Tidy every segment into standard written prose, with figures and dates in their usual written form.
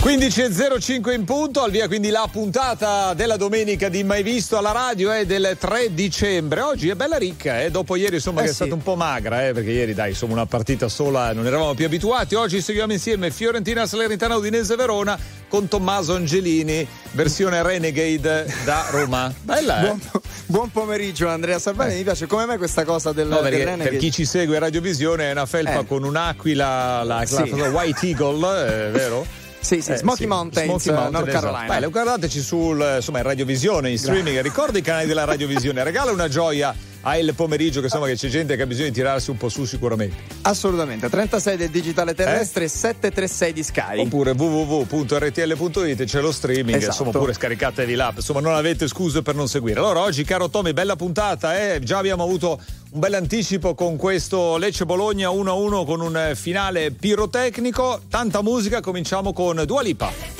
15.05 in punto, al via quindi la puntata della domenica di Mai Visto alla radio è del 3 dicembre. Oggi è bella ricca, dopo ieri insomma che è stata un po' magra, perché ieri dai insomma una partita sola non eravamo più abituati. Oggi seguiamo insieme Fiorentina, Salernitana, Udinese, Verona con Tommaso Angelini, versione Renegade da Roma. Bella, Buon pomeriggio Andrea Salvani, mi piace come mai questa cosa del Renegade. Per chi ci segue a Radiovisione è una felpa con un'aquila, la White Eagle, vero? Sì, Smoky Mountains, North Carolina. Esatto. Guardateci sul in Radiovisione, in streaming, ricorda i canali della Radiovisione, regala una gioia il pomeriggio che insomma che c'è gente che ha bisogno di tirarsi un po' su sicuramente. Assolutamente, 36 del digitale terrestre, 736 di Sky. Oppure www.rtl.it, c'è lo streaming, insomma pure scaricatevi l'app, insomma non avete scuse per non seguire. Allora oggi caro Tommy, bella puntata, già abbiamo avuto un bel anticipo con questo Lecce-Bologna 1-1 con un finale pirotecnico, tanta musica, cominciamo con Dua Lipa.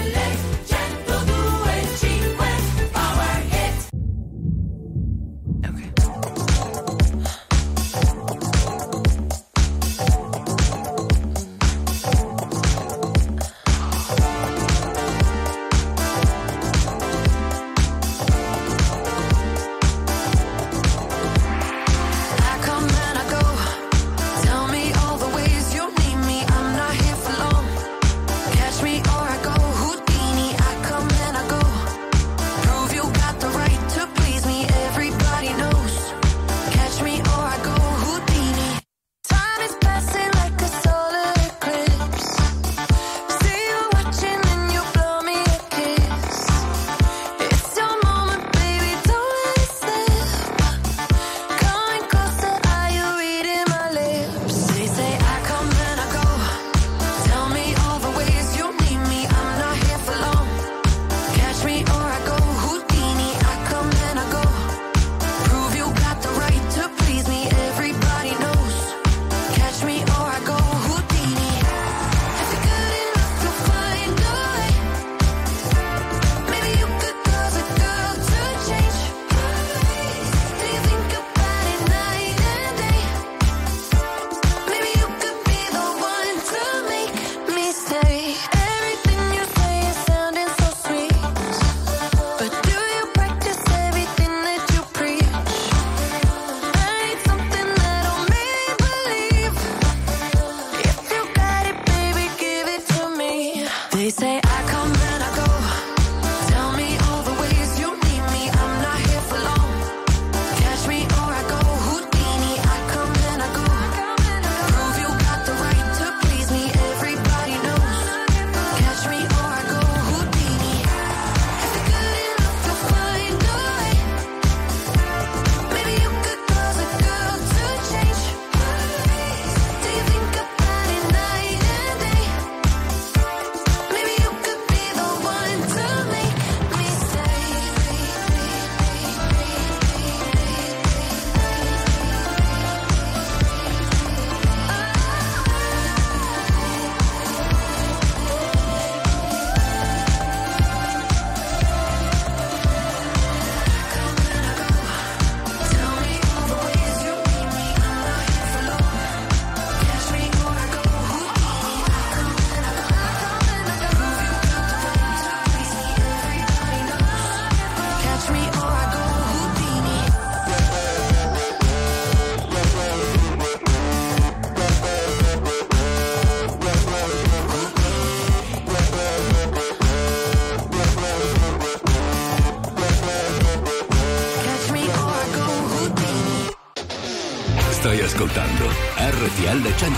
Stai ascoltando RTL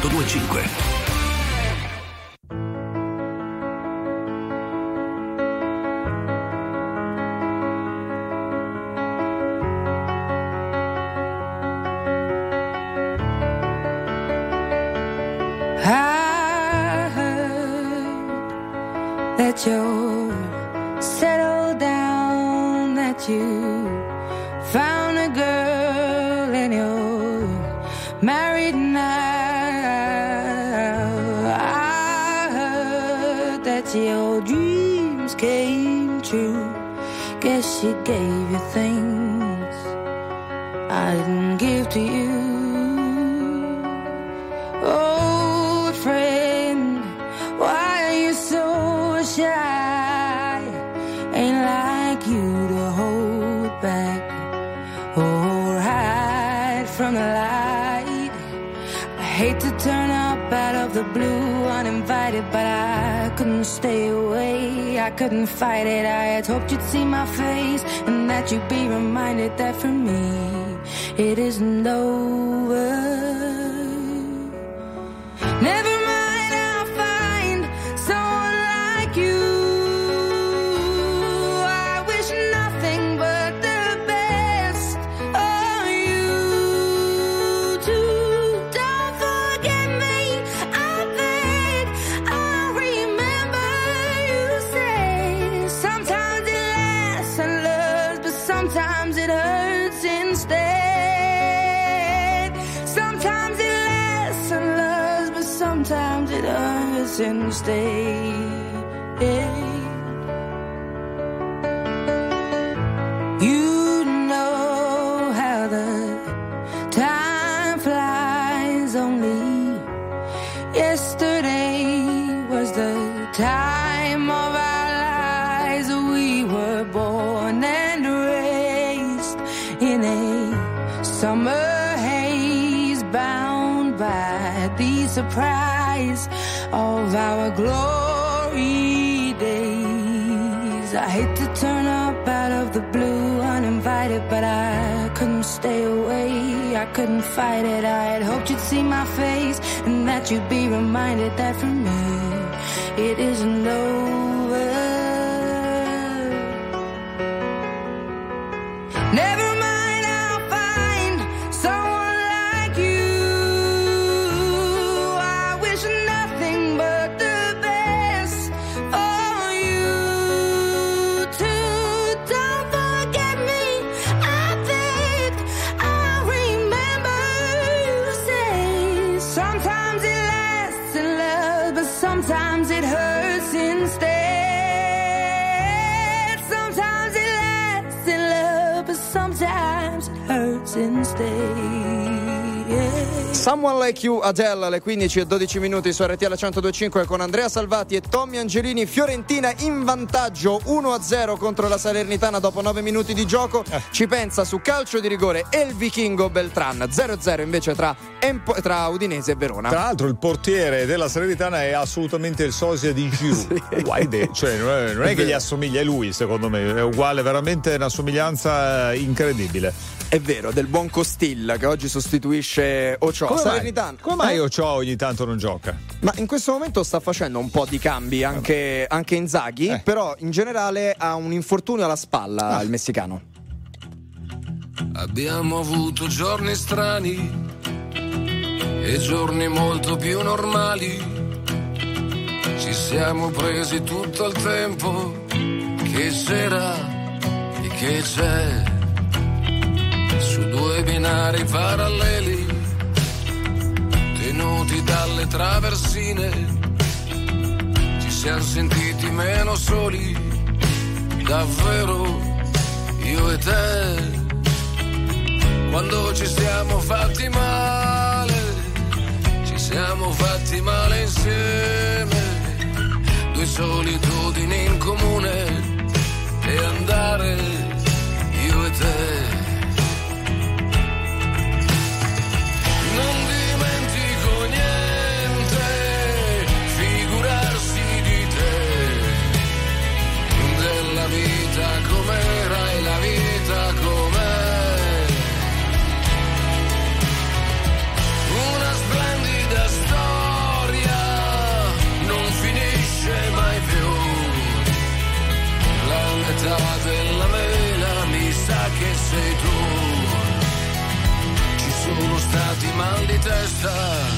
102.5. That you're settled down, that you found a girl and you're married now. I heard that your dreams came true. Guess she gave you things I didn't give to you. Old friend, why are you so from the light. I hate to turn up out of the blue uninvited, but I couldn't stay away, I couldn't fight it. I had hoped you'd see my face and that you'd be reminded that for me it isn't over. Never mind, I'll find someone like you. I wish nothing but the best of you too. Don't forget me, I beg. I remember you say sometimes it lasts and loves, but sometimes it hurts instead. Sometimes it lasts and loves, but sometimes it hurts instead. You know how the time flies. Only yesterday was the time of our lives. We were born and raised in a summer haze, bound by the surprise of our glory days. I hate to turn up out of the blue uninvited, but I couldn't stay away, I couldn't fight it. I had hoped you'd see my face and that you'd be reminded that for me it isn't over. Never mind, I'll find someone like you. I wish nothing but the best for you too. Don't forget me, I beg. I remember you say sometimes it lasts in love, but sometimes it hurts instead. Sometimes it lasts in love, but sometimes it hurts instead. Someone Like You, Adele, alle 15:12 su RTL 102.5 con Andrea Salvati e Tommy Angelini. Fiorentina in vantaggio 1-0 contro la Salernitana dopo 9 minuti di gioco. Ci pensa su calcio di rigore e il vichingo Beltran. 0-0 invece tra Udinese e Verona. Tra l'altro il portiere della Salernitana è assolutamente il sosia di Giroud. Cioè non è che gli assomiglia, è lui, secondo me è uguale, veramente una somiglianza incredibile. È vero, del buon Costil che oggi sostituisce Ochoa. Come mai Ochoa ogni tanto non gioca? Ma in questo momento sta facendo un po' di cambi anche Inzaghi, però in generale ha un infortunio alla spalla il messicano. Abbiamo avuto giorni strani e giorni molto più normali. Ci siamo presi tutto il tempo che c'era e che c'è, su due binari paralleli tenuti dalle traversine. Ci siamo sentiti meno soli, davvero, io e te. Quando ci siamo fatti male, ci siamo fatti male insieme. Due solitudini in comune e andare io e te. Non dimentico niente, figurarsi di te, della vita com'era e la vita com'è. Una splendida storia, non finisce mai più. La metà della mela mi sa che sei tu. Sono stati mal di testa,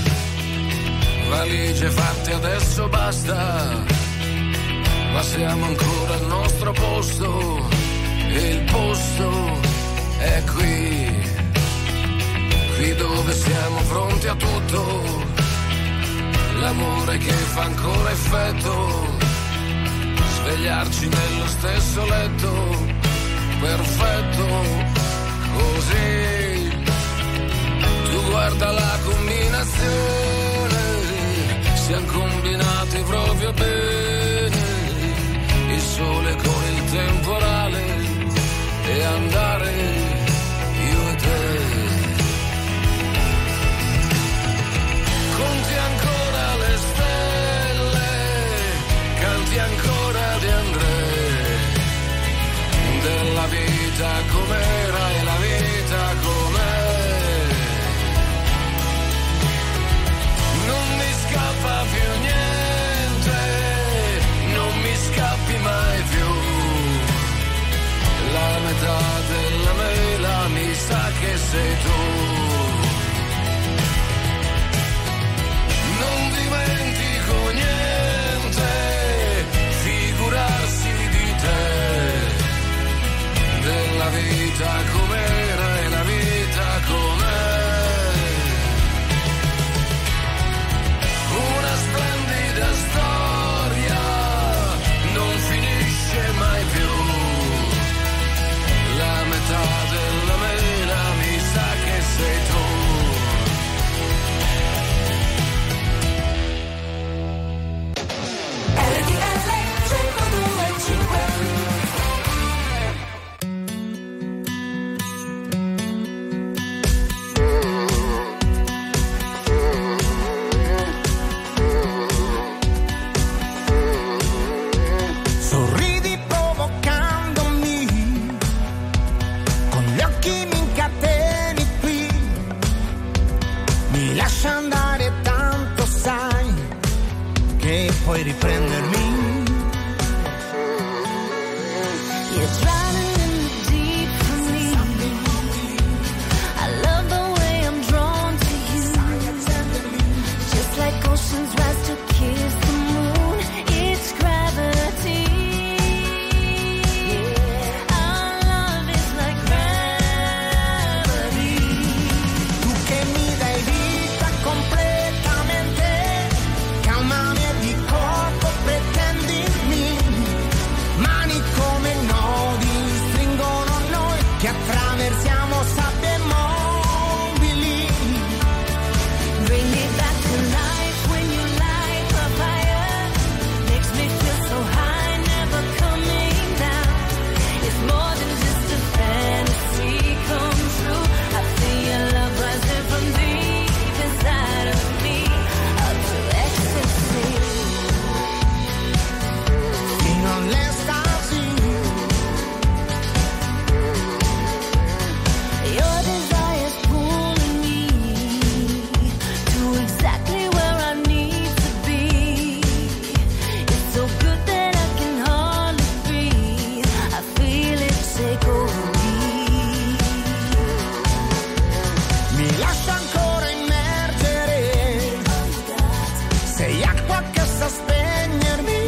valigie fatte adesso basta, ma siamo ancora al nostro posto e il posto è qui, qui dove siamo pronti a tutto, l'amore che fa ancora effetto, svegliarci nello stesso letto, perfetto, così. Guarda la combinazione, siamo combinati proprio bene, il sole con il temporale e andare io e te. sei tu. Non dimentico niente, figurarsi di te, della vita com'era e la vita com'è. Una splendida storia, non finisce mai più. La metà della mela mi sa che sei tu. Sorridi provocandomi, con gli occhi mi incateni qui, mi lascia andare tanto sai che puoi riprendermi. You're drowning in the deep for me. I love the way I'm drawn to you. Just like oceans rise to kiss the moon. It's gravity. Our love is like gravity. Tu che mi dai vita completamente, calmami e di corpo pretendimi, mani come nodi stringono noi che attraversiamo sabbie mobili. Bring me back to life when you light my fire. Makes me feel so high, never coming down. It's more than just a fantasy come true. I feel your love rising from deep inside of me, up to ecstasy. Fino all'estasi, Your desire's pulling me to exactly where I need to be. It's so good that I can hardly breathe. I feel it take over me. mi lascia ancora immergere, sei acqua che sa spegnermi,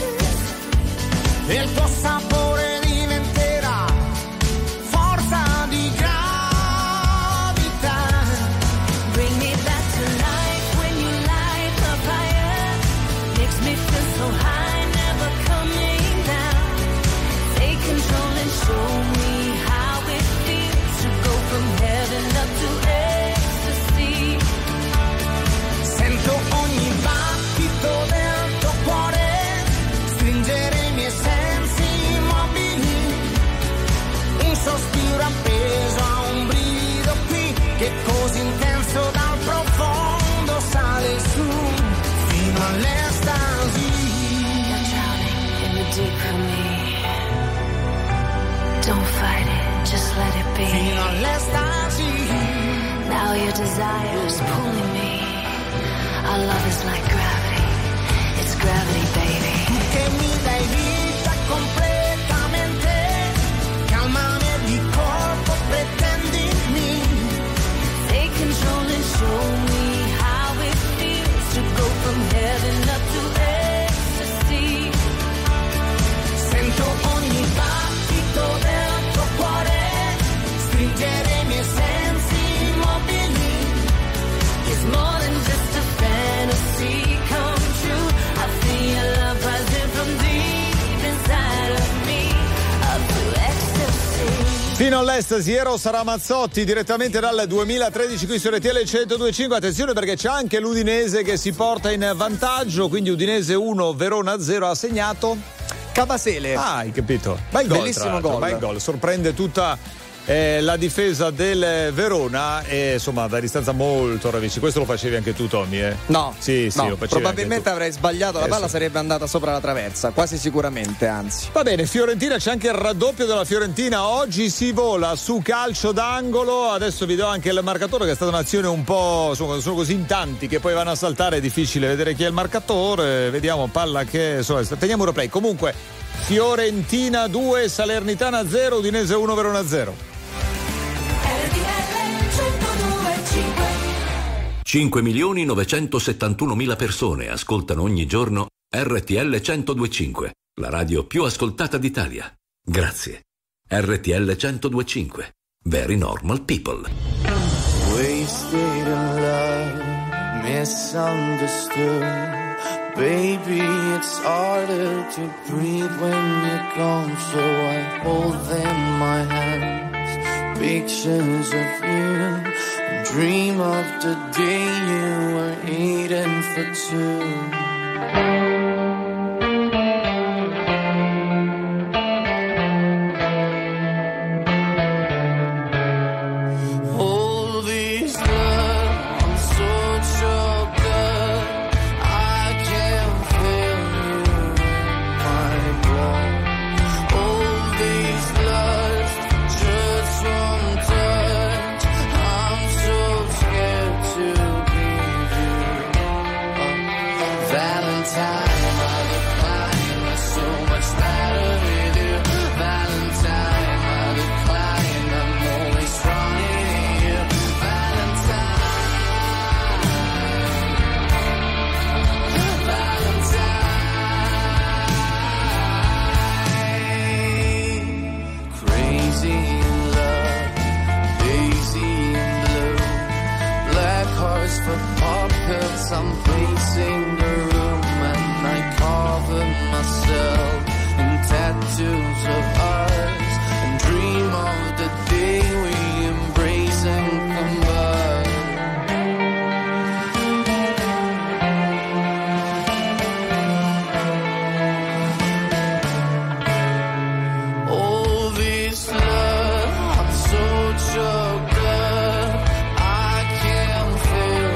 e il tuo sapore diventerà forza di gravità. Bring me back to life when you light my fire. Makes me feel so high, never coming down. Take control and show me how it feels to go from heaven up to ecstasy. Sento ogni battito del tuo cuore stringere i miei sensi immobili, un sospiro appeso a un brivido qui che così intenso dal profondo sale su fino all'estasi. You're drowning in the deep for me. Don't fight it, just let it be. Fino all'estasi, Now your desire is pulling me. Our love is like gravity. It's gravity, baby. che mi dai vita completamente, calmami e di corpo pretendimi. Take control and show me how it feels to go from heaven up to ecstasy. Sento ogni battito del tuo cuore stringere i miei sensi immobili. It's more than just a fantasy come true. I feel love rising from deep inside of me, up to ecstasy. Fino all'estasi, Eros Ramazzotti direttamente dal 2013 qui su RTL 102.5. Attenzione perché c'è anche l'Udinese che si porta in vantaggio, quindi Udinese 1, Verona 0 ha segnato Cabasele. Ah, hai capito. Bel gol, Bellissimo gol. Bel gol. Sorprende tutta la difesa del Verona e insomma da distanza molto ravvicinata. Questo lo facevi anche tu, Tommy? No, Sì, no, lo facevi probabilmente anche tu. avrei sbagliato, la palla Sì. sarebbe andata sopra la traversa, quasi sicuramente, anzi. Va bene, Fiorentina, c'è anche il raddoppio della Fiorentina. Oggi si vola su calcio d'angolo. Adesso vi do anche il marcatore, che è stata un'azione un po'. Insomma, sono così in tanti che poi vanno a saltare, è difficile vedere chi è il marcatore. Vediamo, palla che. Insomma, teniamo un replay. Comunque, Fiorentina 2, Salernitana 0, Udinese 1, Verona 0. 5.971.000 persone ascoltano ogni giorno RTL 102.5, la radio più ascoltata d'Italia. Grazie. RTL 102.5. Very normal people. Wasted in love, misunderstood. Baby, it's harder to breathe when you're gone, so I hold in my hands pictures of you and dream of the day you were eating for two. I'm pacing the room and I cover myself in tattoos of ours and dream of the day we embrace and combine. All this love, I'm so choked up, I can't feel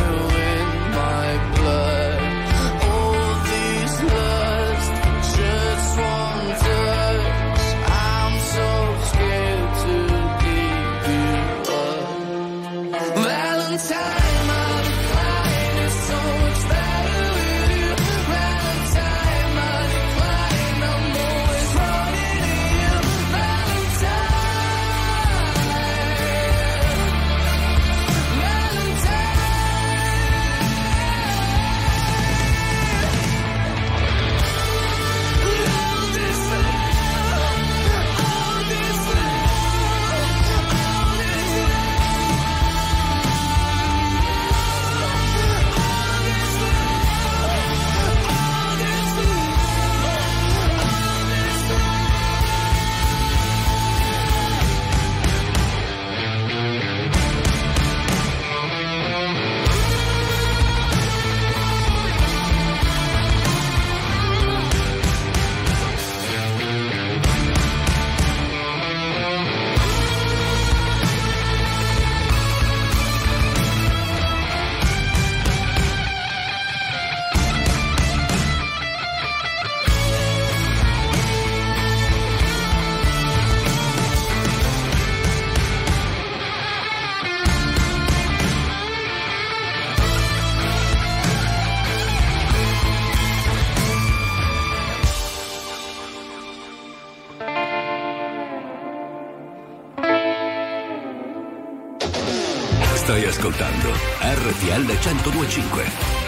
Stai ascoltando RTL 102.5.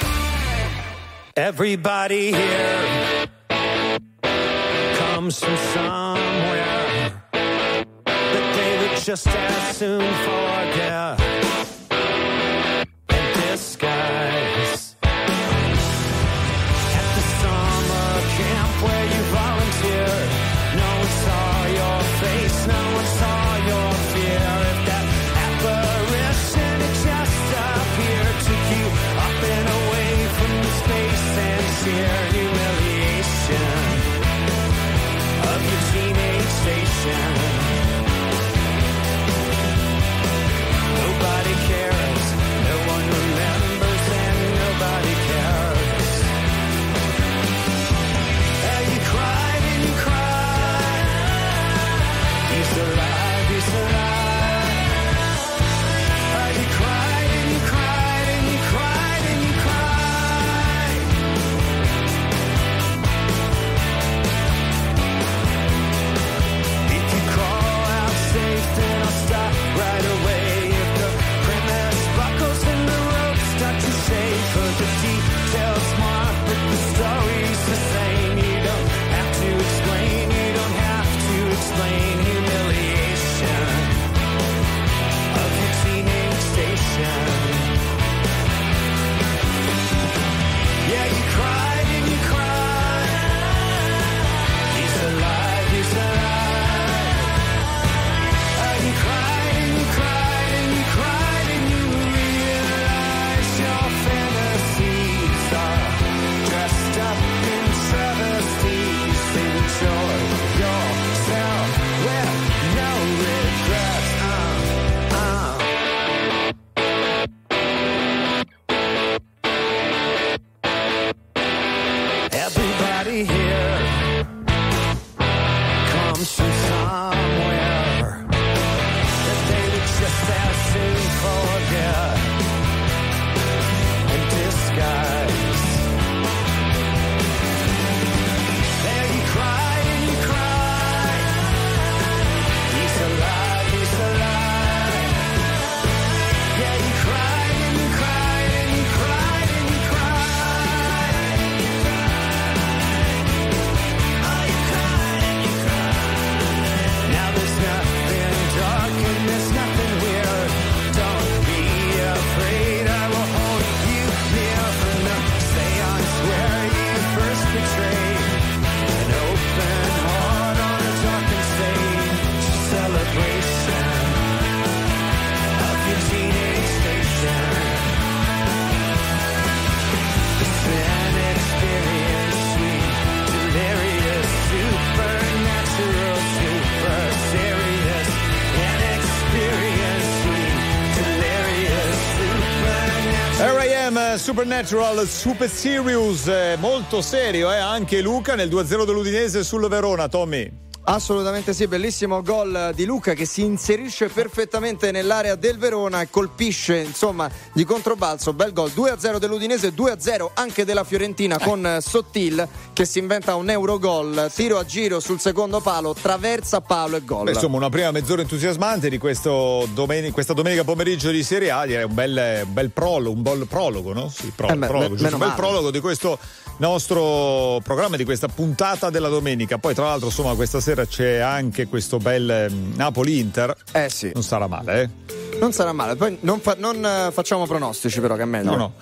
Everybody here comes from somewhere that they would just as soon forget and disguise. At the summer camp where you volunteered, no one saw your face, no one saw your fear. If that apparition had just appeared, took you up and away from the space and sheer humiliation of your teenage station. The Supernatural Super Serious, molto serio, anche Luca nel 2-0 dell'Udinese sul Verona, Tommy. Assolutamente sì, bellissimo gol di Luca che si inserisce perfettamente nell'area del Verona e colpisce insomma di controbalzo, bel gol. 2-0 dell'Udinese, 2-0 anche della Fiorentina con Sottil che si inventa un eurogol, tiro a giro sul secondo palo, traversa palo e gol. Insomma una prima mezz'ora entusiasmante di questa domenica pomeriggio di Serie A, direi un bel prologo, no? Sì, prologo, un bel prologo di questo nostro programma, di questa puntata della domenica. Poi tra l'altro insomma questa sera c'è anche questo bel Napoli-Inter. Sì. Non sarà male, Non sarà male. Poi non facciamo pronostici, però, che è meglio. No.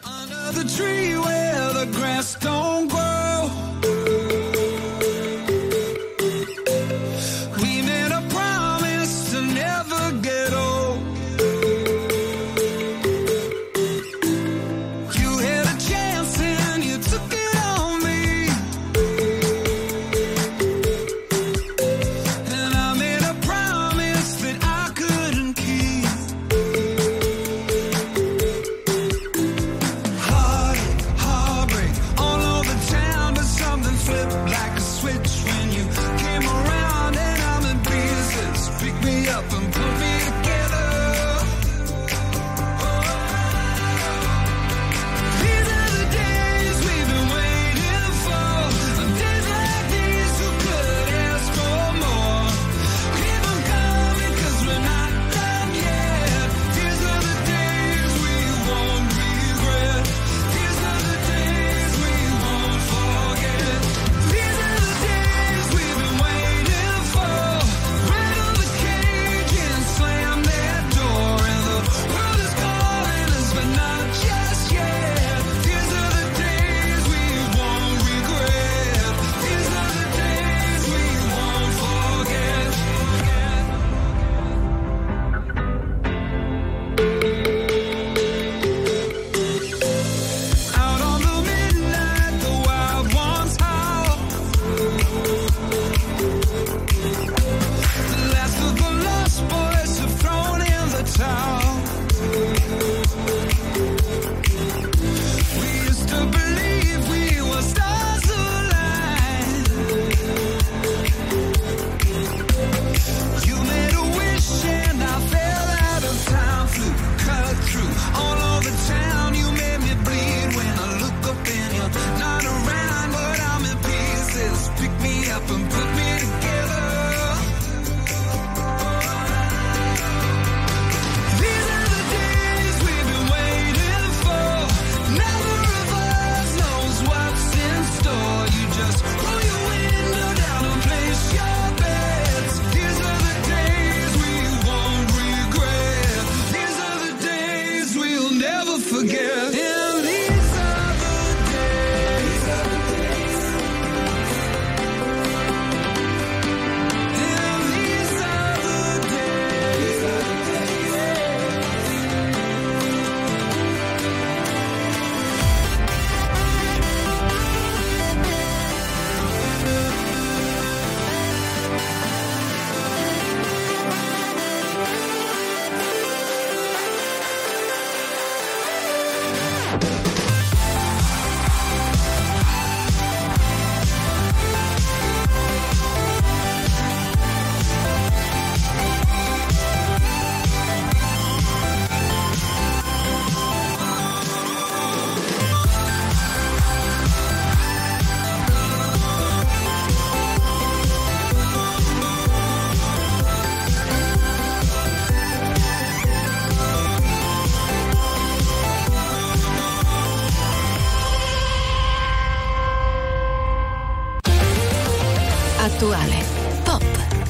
Attuale, pop,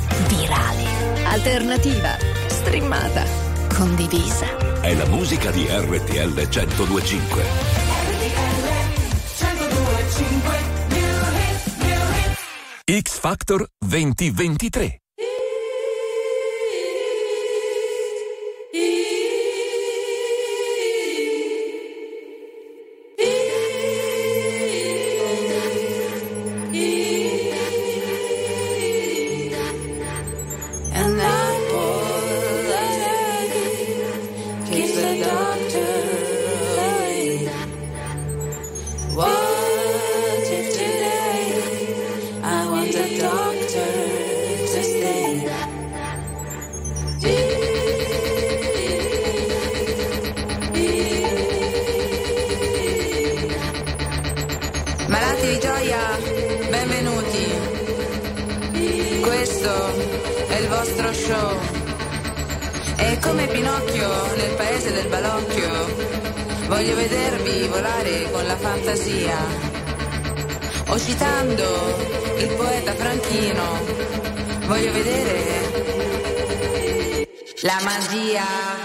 virale, alternativa, streamata, condivisa. È la musica di RTL 102.5. X Factor 2023. questo è il vostro show. E come Pinocchio nel paese del balocchio, voglio vedervi volare con la fantasia. O citando il poeta Franchino, voglio vedere la magia.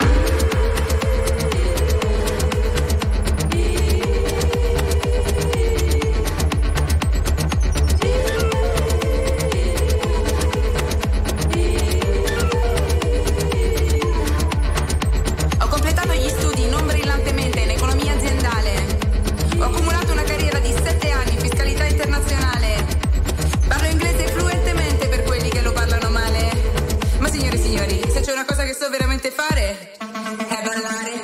Parlo inglese fluentemente per quelli che lo parlano male. Ma signori e signori, se c'è una cosa che so veramente fare è ballare.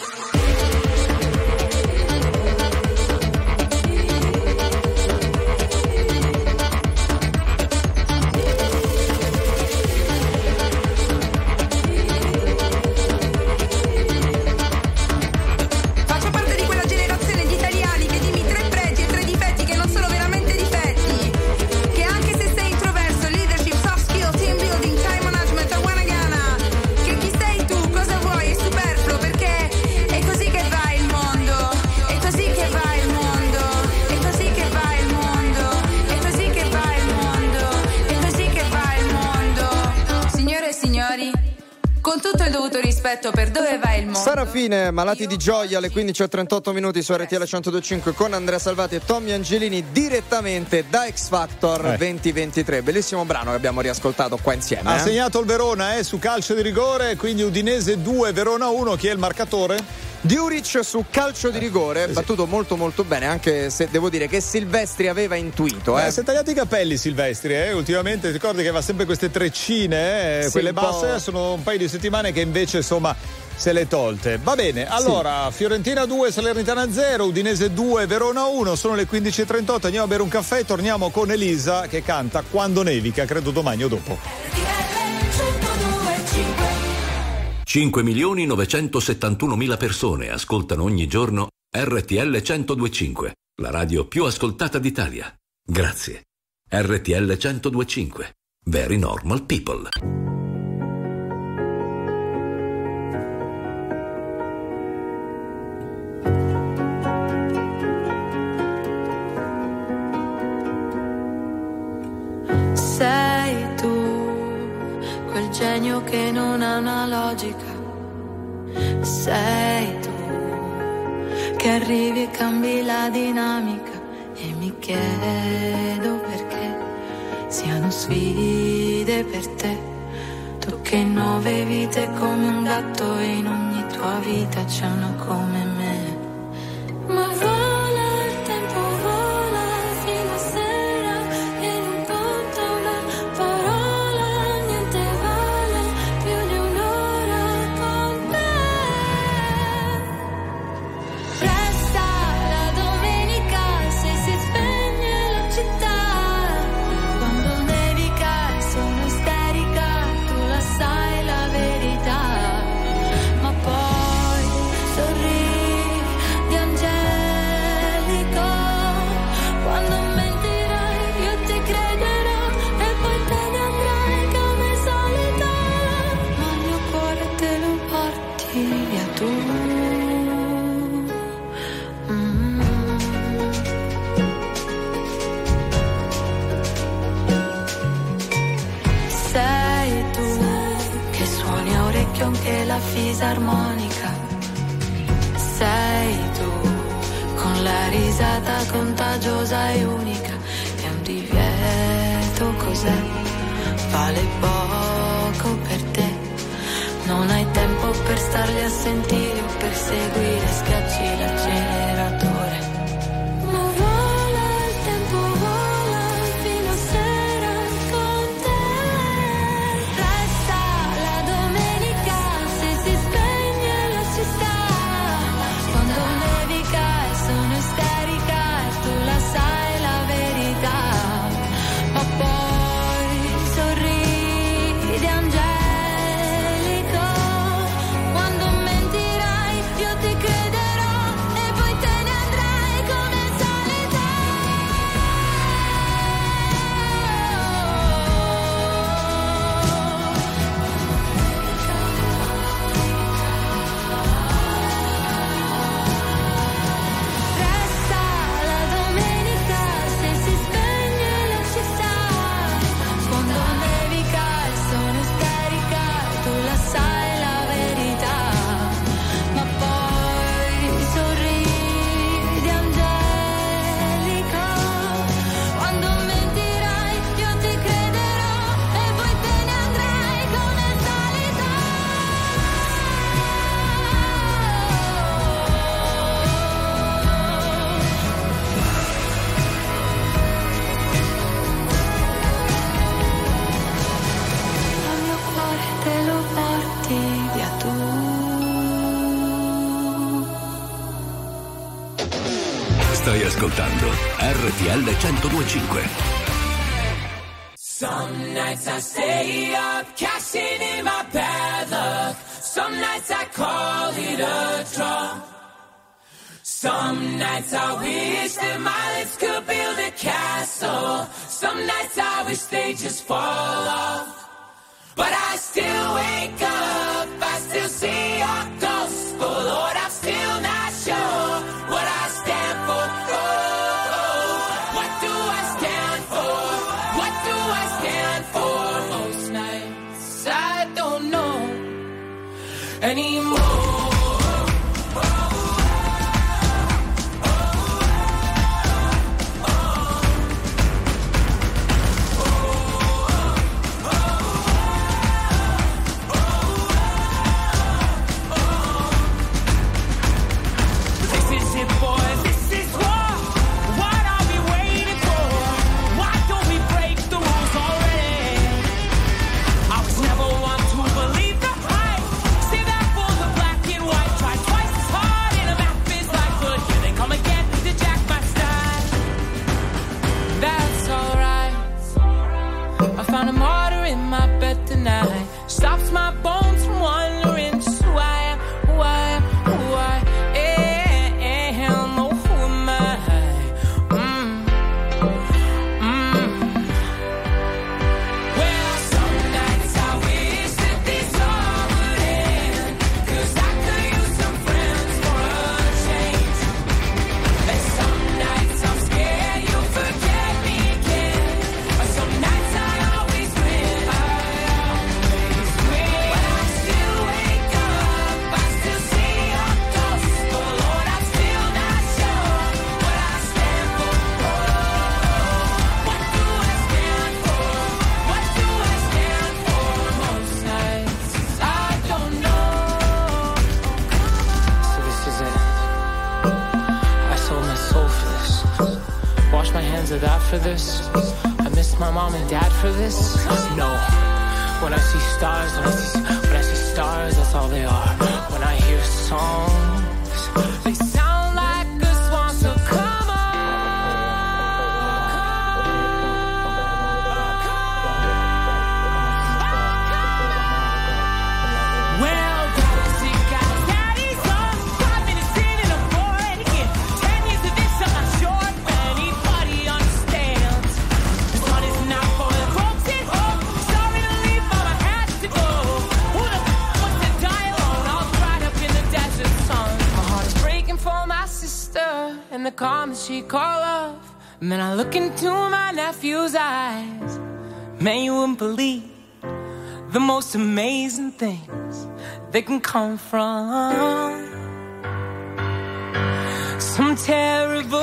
Faccio parte di quella generazione di italiani che dimmi 3 pregi e 3 difetti che non sono veramente difetti. Che anche se sei introverso, leadership, soft skill, team building, time management, wanagana. Che chi sei tu, cosa vuoi, è superfluo, perché è così che va il mondo. È così che va il mondo. È così che va il mondo. È così che va il mondo. È così che va il mondo. Signore e signori, con tutto il dovuto rispetto per dove va il mondo. Sarafine, Malati di gioia alle 15:38 minuti su RTL 102.5 con Andrea Salvati e Tommy Angelini direttamente da X Factor 2023. Bellissimo brano che abbiamo riascoltato qua insieme. Ha segnato il Verona su calcio di rigore, quindi Udinese 2, Verona 1. Chi è il marcatore? Diuric su calcio di rigore, battuto molto molto bene, anche se devo dire che Silvestri aveva intuito. Si è tagliato i capelli Silvestri, ultimamente ti ricordi che aveva sempre queste treccine, Sì, quelle un po'. basse, sono un paio di settimane che invece insomma se le tolte. Va bene, allora Fiorentina 2, Salernitana 0, Udinese 2, Verona 1, sono le 15:38, andiamo a bere un caffè e torniamo con Elisa che canta Quando nevica, credo domani o dopo. 5.971.000 persone ascoltano ogni giorno RTL 102.5, la radio più ascoltata d'Italia. Grazie. RTL 102.5. Very normal people. Sei tu, quel genio che non ha una logica. Sei tu, che arrivi e cambi la dinamica. E mi chiedo perché siano sfide per te. Tu che in 9 vite come un gatto e in ogni tua vita c'è una come me. Ma vola il tempo, vola fino a sera e non conta una parola, niente vale più di un'ora con te. Resta la domenica se si spegne la città, quando nevica e sono isterica, tu la sai la verità, ma poi sorridi angelico, quando mentirai io ti crederò e poi te ne andrai come solita, ma il mio cuore te lo porti via tu. Sei tu che suoni a orecchio anche la fisarmonica. Sei tu con la risata contagiosa e unica. È un divieto, cos'è? Vale poco per te. Non hai tempo per starli a sentire o per seguire, schiacci l'acceleratore. Ma vola il tempo, vola fino a sera con te. Resta la domenica se si spegne la città, quando nevica e sono isterica e tu la sai la verità, ma poi sorridi angelico, quando mentirai io ti crederò Stai ascoltando RTL 102.5. Some nights I stay up, cashing in my bad luck. Some nights I call it a draw. Some nights I wish that my lips could build a castle. Some nights I wish they just fall off. But I still wake up, I still see your ghost. Oh Lord, I'm still not sure what I stand for. Oh, what do I stand for? What do I stand for? Most nights I don't know anymore. Stops my bones from wondering just who I am, who am, oh, who am I? Well, some nights I wish that this all would end, 'cause I could use some friends for a change. And some nights I'm scared you'll forget me again, or some nights I always win. Of that for this, I miss my mom and dad for this. No, when I see stars, when I see stars, that's all they are. When I hear songs, they sound like a swan. So come on. Well, daddy's on 5 minutes in and I'm bored again. 10 years of this, I'm not sure. And the calm she call off. And then I look into my nephew's eyes. Man, you wouldn't believe the most amazing things that can come from some terrible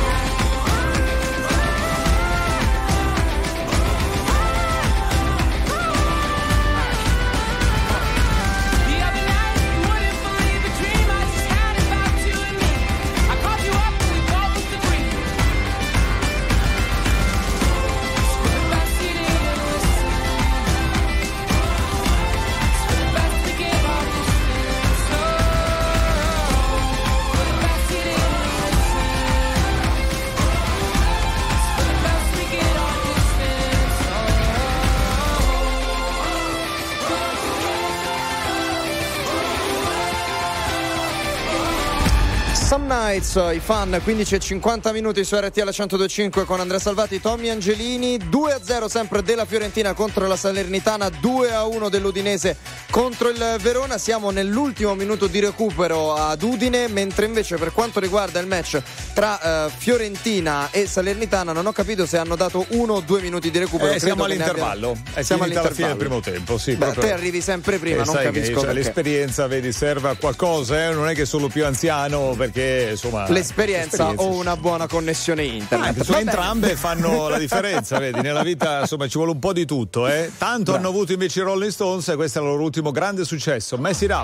Some Nights, i fan, 15:50 minuti su RTL 102.5 con Andrea Salvati, Tommy Angelini. 2-0 sempre della Fiorentina contro la Salernitana, 2-1 dell'Udinese contro il Verona. Siamo nell'ultimo minuto di recupero ad Udine, mentre invece per quanto riguarda il match tra Fiorentina e Salernitana non ho capito se hanno dato 1 o 2 minuti di recupero. Siamo all'intervallo, siamo alla fine del primo tempo. Sì, beh, te arrivi sempre prima, non capisco che, l'esperienza, vedi, serve a qualcosa, non è che solo più anziano, perché insomma l'esperienza o una buona connessione internet. Entrambe fanno la differenza, vedi, nella vita insomma ci vuole un po' di tutto, tanto hanno avuto invece i Rolling Stones e questo è il loro ultimo grande successo, Mess It Up.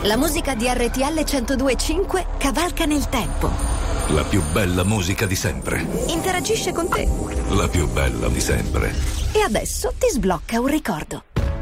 La musica di RTL 102.5 cavalca nel tempo. La più bella musica di sempre. Interagisce con te. La più bella di sempre. E adesso ti sblocca un ricordo.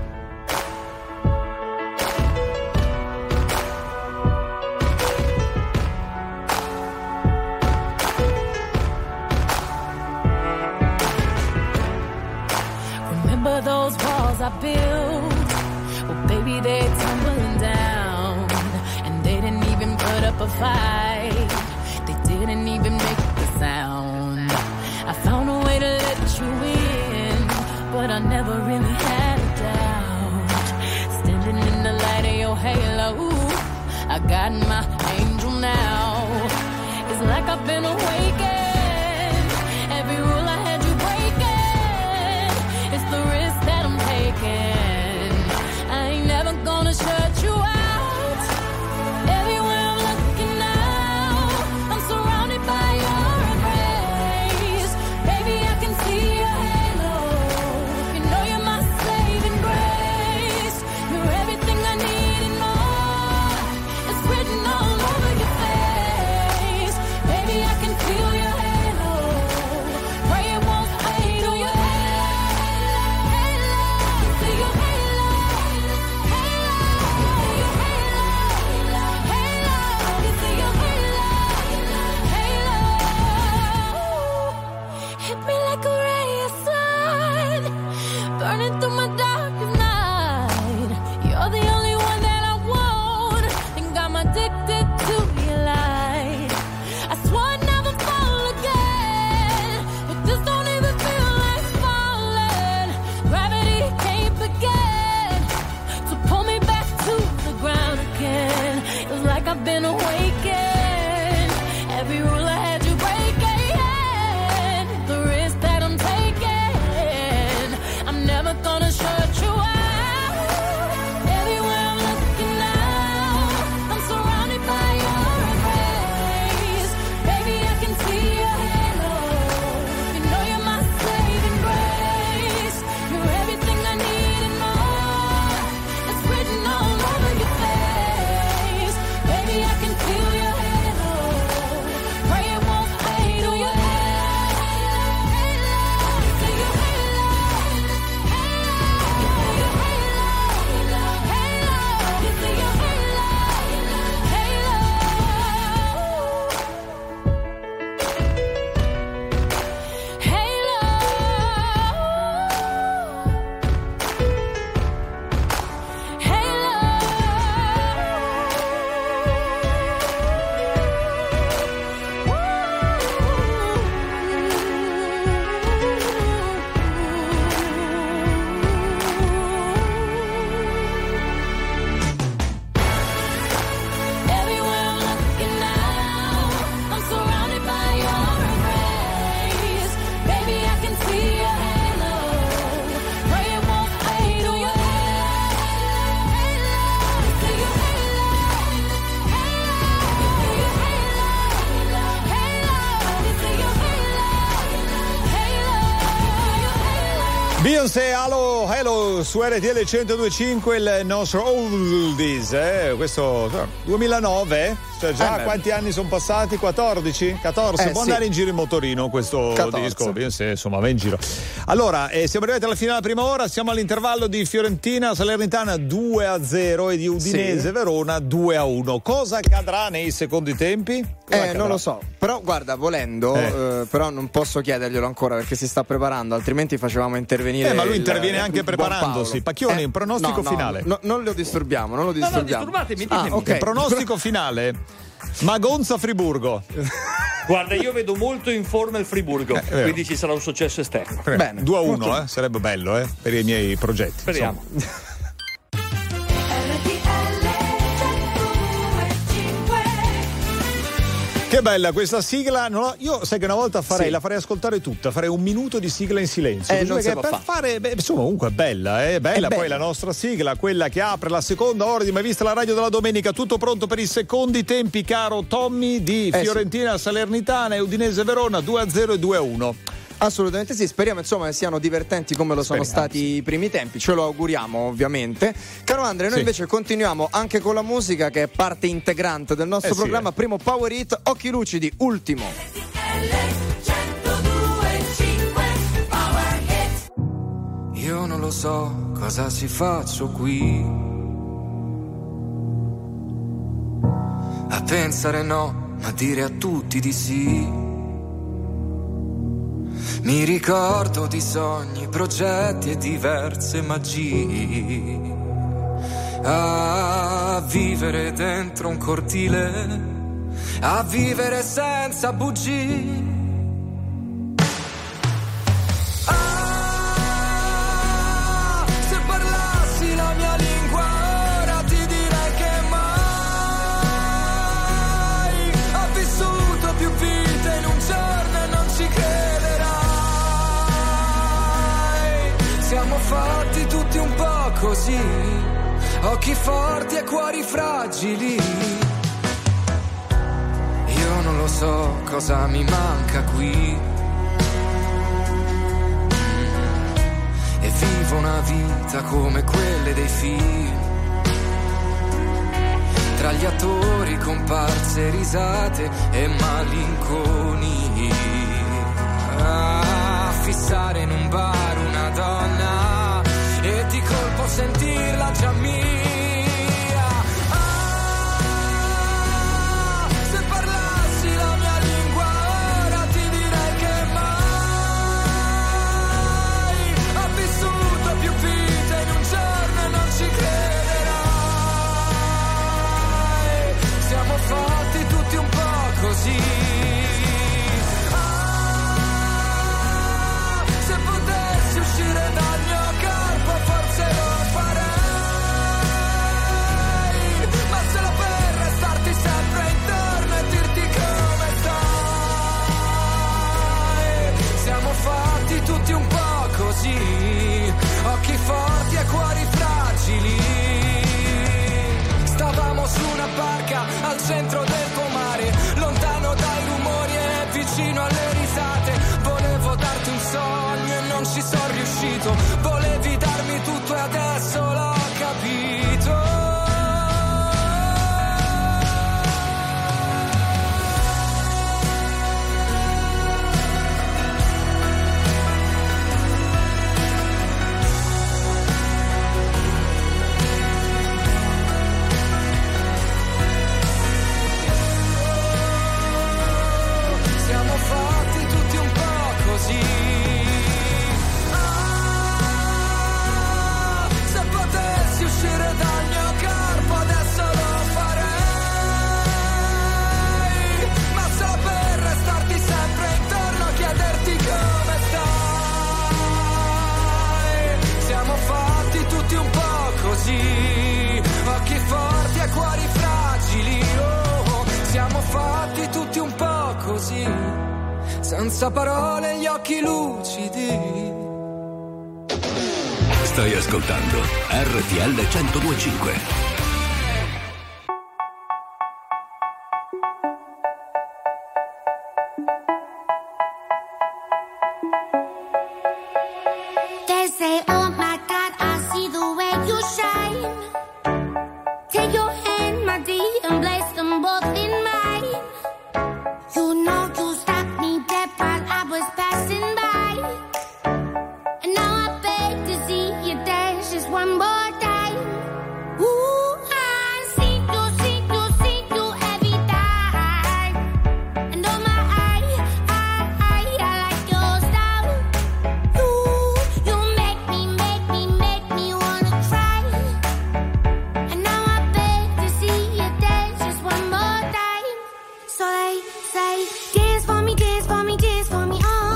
Remember those walls I built? Well, baby, they're tumbling down. And they didn't even put up a fight. They didn't even make a sound. I found a way to let you in, but I never really had a doubt. Standing in the light of your halo, I got my angel now. It's like I've been awakened. Every rule I had you breaking. It's the risk that I'm taking. I ain't never gonna shut you out. Everywhere I'm looking now, I'm surrounded by your embrace. Baby, I can see your halo. You know you're my saving grace. You're everything I need and more. It's written all over your face. Baby, I can feel your halo. Pray it won't fade. Oh, your halo. See your halo. Hit me like a ray of sun, burning through my darkest night. You're the only one that I want, think I'm addicted to your light. I swore I'd never fall again, but this don't even feel like falling. Gravity can't begin to pull me back to the ground again. It's like I've been awakened. Every rule I had you breaking. The risk that I'm taking, I'm never gonna shut you out. Everywhere I'm looking now, I'm surrounded by your embrace. Baby, I can see your halo. You know you're my saving grace. You're everything I need and more. It's written all over your face. Baby, I can feel your halo. Pray it won't fade. Oh, your halo. See your halo. You see your halo. Everywhere I'm looking now, I'm surrounded by your embrace. Baby, I can see your halo. Pray it won't fade. Oh, your halo. See your halo. You see your Beyoncé, Hello su RTL 102.5, il nostro oldies, questo 2009, cioè già quanti anni sono passati? 14? Può andare in giro in motorino questo 14. disco, Beyoncé, insomma va in giro. Allora, siamo arrivati alla fine della prima ora, siamo all'intervallo di Fiorentina Salernitana 2-0 e di Udinese Verona 2-1. Cosa accadrà nei secondi tempi? Non lo so, però guarda, volendo, però non posso chiederglielo ancora perché si sta preparando, altrimenti facevamo intervenire. Ma lui interviene anche preparandosi. Pacchioni, un pronostico finale. No, non lo disturbiamo, non lo disturbiamo. Disturbatemi, ditemi. Ok. Pronostico finale. Magonza Friburgo. Guarda, io vedo molto in forma il Friburgo, quindi ci sarà un successo esterno. Bene, 2-1, sarebbe bello, per i miei progetti. Speriamo. Che bella questa sigla. Io sai che una volta la farei ascoltare tutta, farei un minuto di sigla in silenzio. Non si può per fare, insomma, comunque è bella, è bella. Poi la nostra sigla, quella che apre la seconda ora di Mai Vista la radio della domenica. Tutto pronto per i secondi tempi, caro Tommy, di Fiorentina Salernitana e Udinese Verona 2-0 e 2-1. Assolutamente sì, speriamo insomma che siano divertenti come lo sono stati i primi tempi, ce lo auguriamo ovviamente. Caro Andre, noi invece continuiamo anche con la musica che è parte integrante del nostro programma. Primo Power Hit, Occhi Lucidi, ultimo. Io non lo so cosa ci faccio qui, a pensare no, ma dire a tutti di sì. Mi ricordo di sogni, progetti e diverse magie, a vivere dentro un cortile, a vivere senza bugie. Se parlassi la mia lingua ora ti direi che mai ho vissuto più vite in un giorno e non ci crederai. Siamo fatti tutti un po' così, occhi forti e cuori fragili. Io non lo so cosa mi manca qui, e vivo una vita come quelle dei film, tra gli attori, comparse, risate e malinconia, a fissare in un bar una donna e di colpo sentirla già mia. Se parlassi la mia lingua ora ti direi che mai ho vissuto più vite in un giorno e non ci crederai. Siamo fatti tutti un po' così. Se potessi uscire dal mio corpo forse lo farei, ma solo per restarti sempre intorno e dirti come stai. Siamo fatti tutti un po' così, occhi forti e cuori fragili. Stavamo su una barca al centro del pomare, lontano dai rumori e vicino alle risate. Volevo darti un sogno e non ci sono riuscito, volevi darmi tutto e adesso l'ho capito. Siamo fatti tutti un po' così. Se potessi uscire dal mio corpo adesso lo farei, ma solo per restarti sempre intorno, chiederti come stai. Siamo fatti tutti un po' così, occhi forti e cuori fragili. Oh, siamo fatti tutti un po' così, senza parole, gli occhi lucidi. Stai ascoltando RTL 102.5. They say, oh my God, I see the way you shine. Take your hand, my dear, and place them both in mine. You know you stopped me dead while I was passing by. And now I beg to see you dance just one more time. Ooh, I see you, see you, see you every time. And oh my, I like your style. You make me wanna cry. And now I beg to see you dance just one more time. So they say, dance for me, dance for me, dance for me, oh.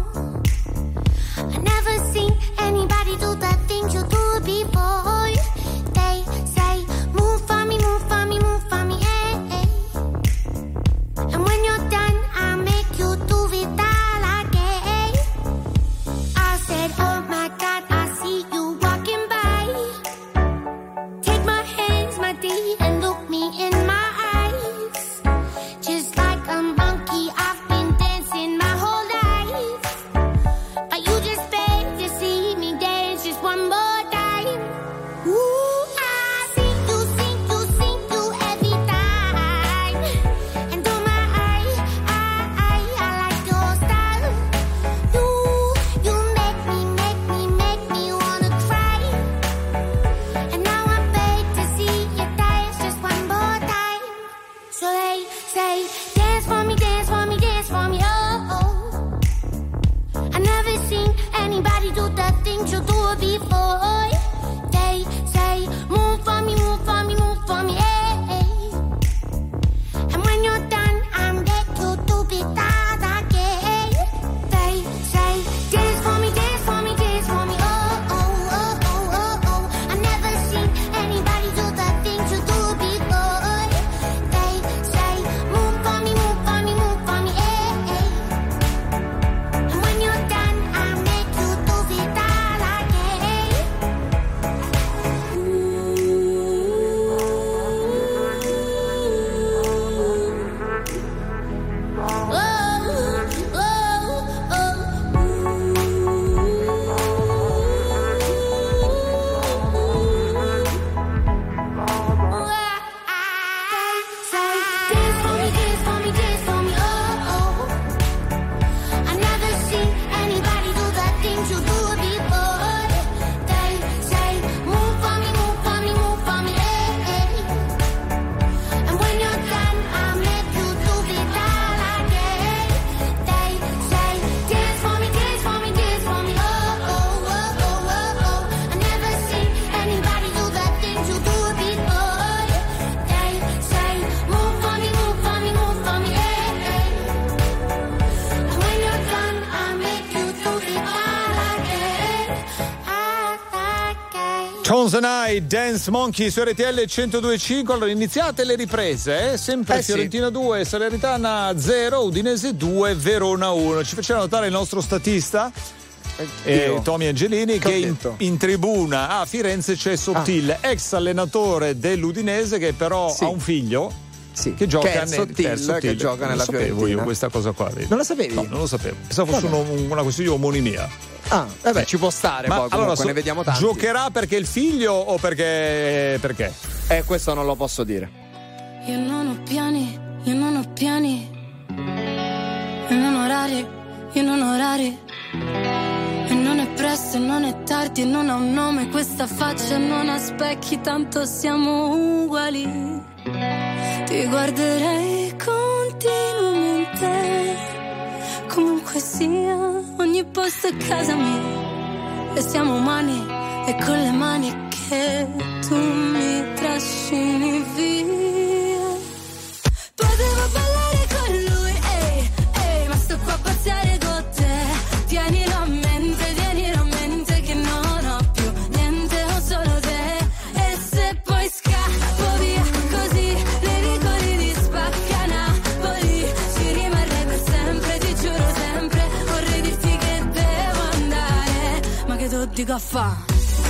I never seen anybody do the things you do before. They say, move for me, move for me, move for me, eh, eh. And when you're done, I'll make you do it all again. I said, oh my God, I see you walking by. Take my hands, my dear, and look me in my eyes. Just like a monkey, I've been dancing my whole life. Tones and I, Dance Monkey su RTL 102.5. Allora iniziate le riprese, sempre Fiorentina 2, Salernitana 0, Udinese 2, Verona 1. Ci faceva notare il nostro statista Tommy Angelini che in tribuna a Firenze c'è Sottile, ex allenatore dell'Udinese che però ha un figlio che gioca che gioca nella Fiorentina. Non sapevo io questa cosa qua. Non la sapevi? No, non lo sapevo. Pensavo fosse una questione di omonimia. Ci può stare. Ma poi comunque ne vediamo tanti. Giocherà perché il figlio o perché? Questo non lo posso dire. Io non ho piani, io non ho piani, io non ho orari, io non ho orari. E non è presto e non è tardi e non ha un nome questa faccia, non ha specchi, tanto siamo uguali. Ti guarderei continuamente, comunque sia, ogni posto è casa mia. E siamo umani e con le mani che tu mi trascini via. Potevo ballare con lui, ma sto qua a pazziare con te. Tienilo a mente che non ho più niente, ho solo te. E se poi scappo via così, nei vicoli di Spacca Napoli, ci rimarrei per sempre, ti giuro sempre. Vorrei dirti che devo andare, ma che tu dico a fa'?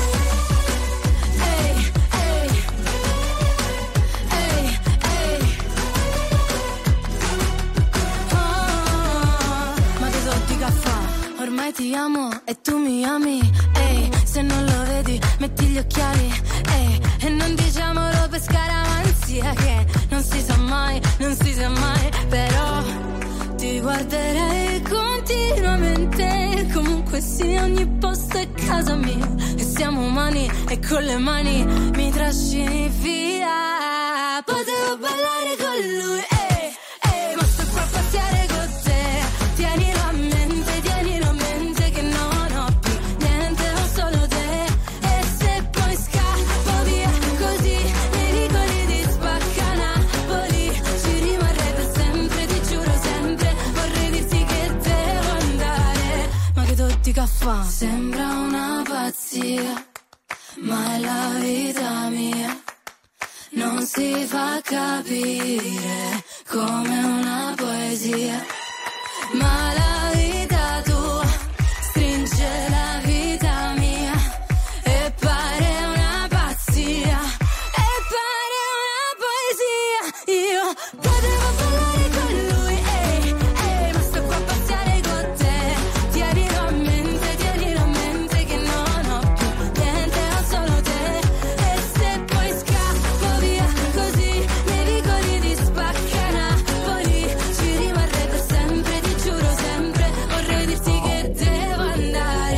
Ormai ti amo e tu mi ami, se non lo vedi metti gli occhiali, e non diciamolo per scaramanzia che non si sa mai, però ti guarderei continuamente, comunque sia ogni posto è casa mia, e siamo umani e con le mani mi trascini via. Potevo ballare con lui, ma sto qua a pazziare con te. Tienilo a mente che non ho più niente, ho solo te. E se poi scappo via così, nei vicoli di Spacca Napoli, ci rimarrei per sempre, ti giuro sempre. Vorrei dirti che devo andare, ma che tu dica fa'? Sembra una pazzia, ma è la vita mia. Non si fa capire come una poesia, ma la vita tua stringe la vita mia e pare una pazzia, e pare una poesia. Io potevo ballare con lui, ma sto qua a pazziare con te. Tienilo a mente che non ho più niente, ho solo te. E se poi scappo via così, nei vicoli di Spacca Napoli, ci rimarrei per sempre, ti giuro sempre. Vorrei dirti che devo andare,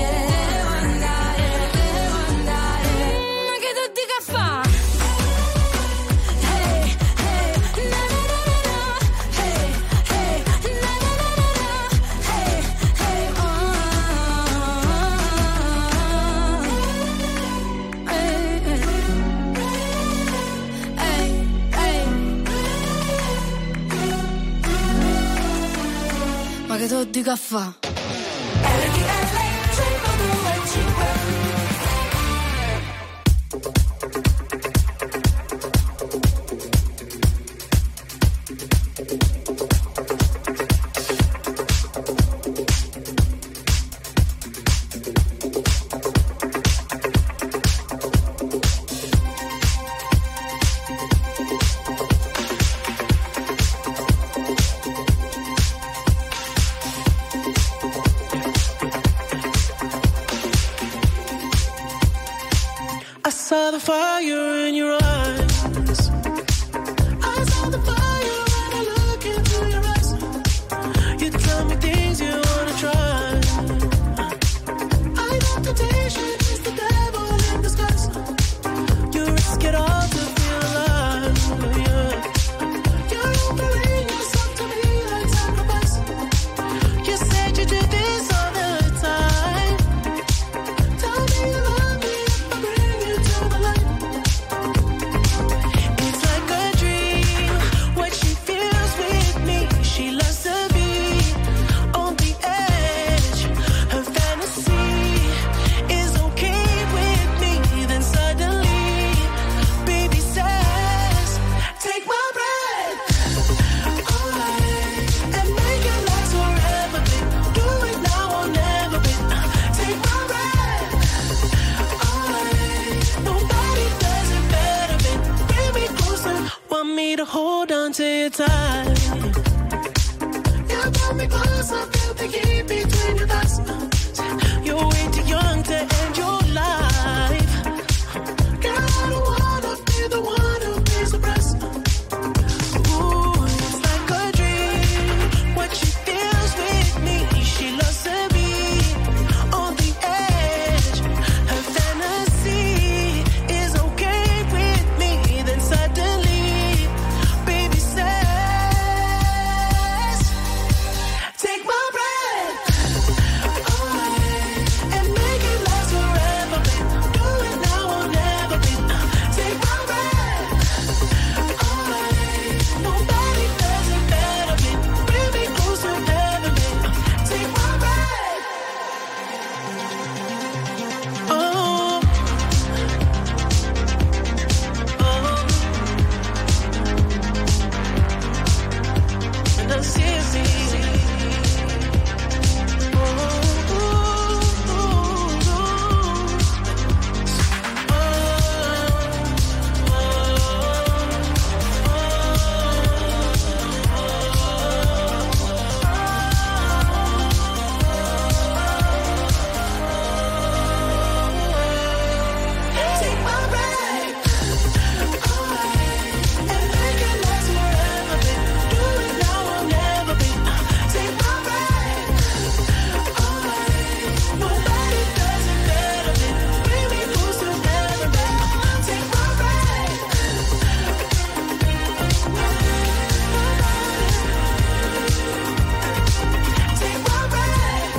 ma che tu dica fa'? Ma che tu dica fa'? hold on to you tight. You pull me close, I feel the heat between your thighs. You're way too young to end your life. Girl, I don't wanna be the one who pays the price. Ooh, it's like a dream. What she feels with me, she loves to be on the edge. Her fantasy is okay with me. Then suddenly, baby says, take my breath away and make it last forever, babe. Do it now or never, babe. Take my breath away. Nobody does it better, babe. Bring me close forever, babe. Take my breath. Oh. And I see. Take my breath away and make it last forever, babe. Do it now or never, babe. Take my breath away. Nobody does it better, babe. Bring me close together, babe. Take my breath. Take my breath.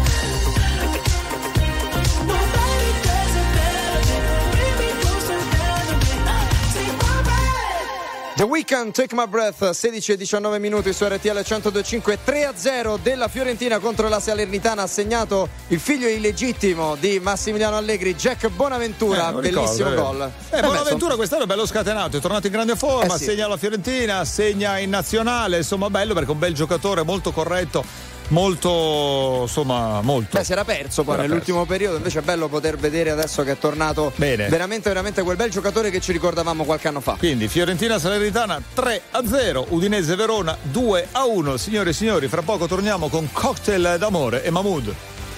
Nobody does it better, babe. Bring me close together, babe. Take my breath. The Weeknd, Take My Breath, 16 e 19 minuti su RTL 102.5, 3-0 della Fiorentina contro la Salernitana, ha segnato il figlio illegittimo di Massimiliano Allegri, Jack Bonaventura, non bellissimo ricordo, gol. Bonaventura quest'anno è bello scatenato, è tornato in grande forma, sì. segna la Fiorentina, segna in nazionale, insomma bello perché è un bel giocatore, molto corretto, molto, insomma, molto. Beh, si era perso poi nell'ultimo periodo, invece è bello poter vedere adesso che è tornato bene. Veramente quel bel giocatore che ci ricordavamo qualche anno fa. Quindi Fiorentina Salernitana 3-0, Udinese Verona 2-1. Signore e signori, fra poco torniamo con Cocktail d'amore e Mahmood.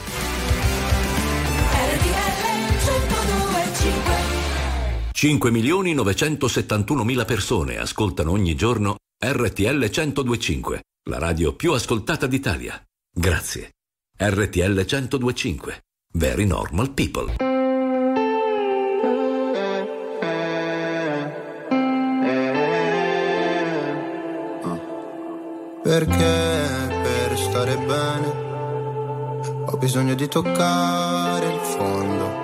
5.971.000 persone ascoltano ogni giorno RTL 102.5, la radio più ascoltata d'Italia. Grazie. RTL 102.5. Very normal people. Perché per stare bene ho bisogno di toccare il fondo.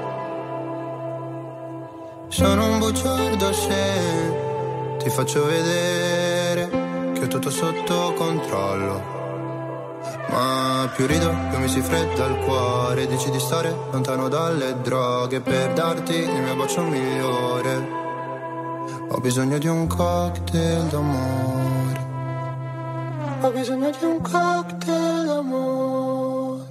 Sono un bugiardo se ti faccio vedere che ho tutto sotto controllo. Ma più rido, più mi si fredda il cuore. Dici di stare lontano dalle droghe per darti il mio bacio migliore. Ho bisogno di un cocktail d'amore. Ho bisogno di un cocktail d'amore.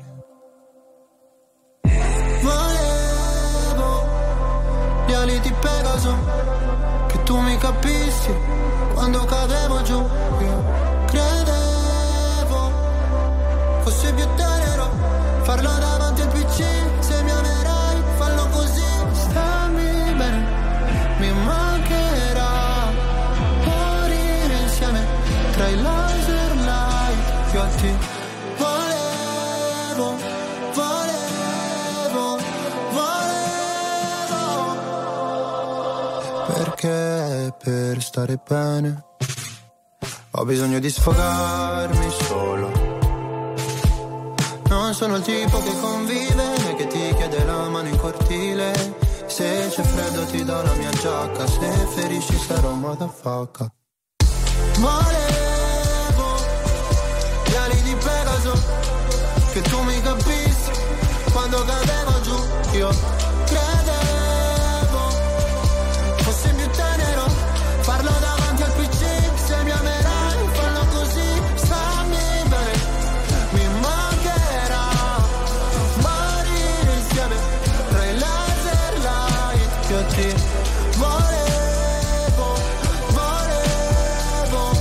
Volevo gli ali di Pegaso, che tu mi capissi quando cadevo giù. Io credevo fosse più tenero farlo davanti al PC. Se mi amerai, fallo così. Stammi bene, mi mancherà morire insieme tra i laser light. Io a te volevo. Perché per stare bene ho bisogno di sfogarmi solo. Non sono il tipo che convive né che ti chiede la mano in cortile. Se c'è freddo ti do la mia giacca, se ferisci sarò motherfucker. Volevo gli ali di Pegaso, che tu mi capissi quando cadevo giù. Io credevo fosse più tenero farlo davanti al PC. Se mi amerai, fallo così. Stammi bene, mi mancherà morire insieme tra i laser light. Io ti volevo.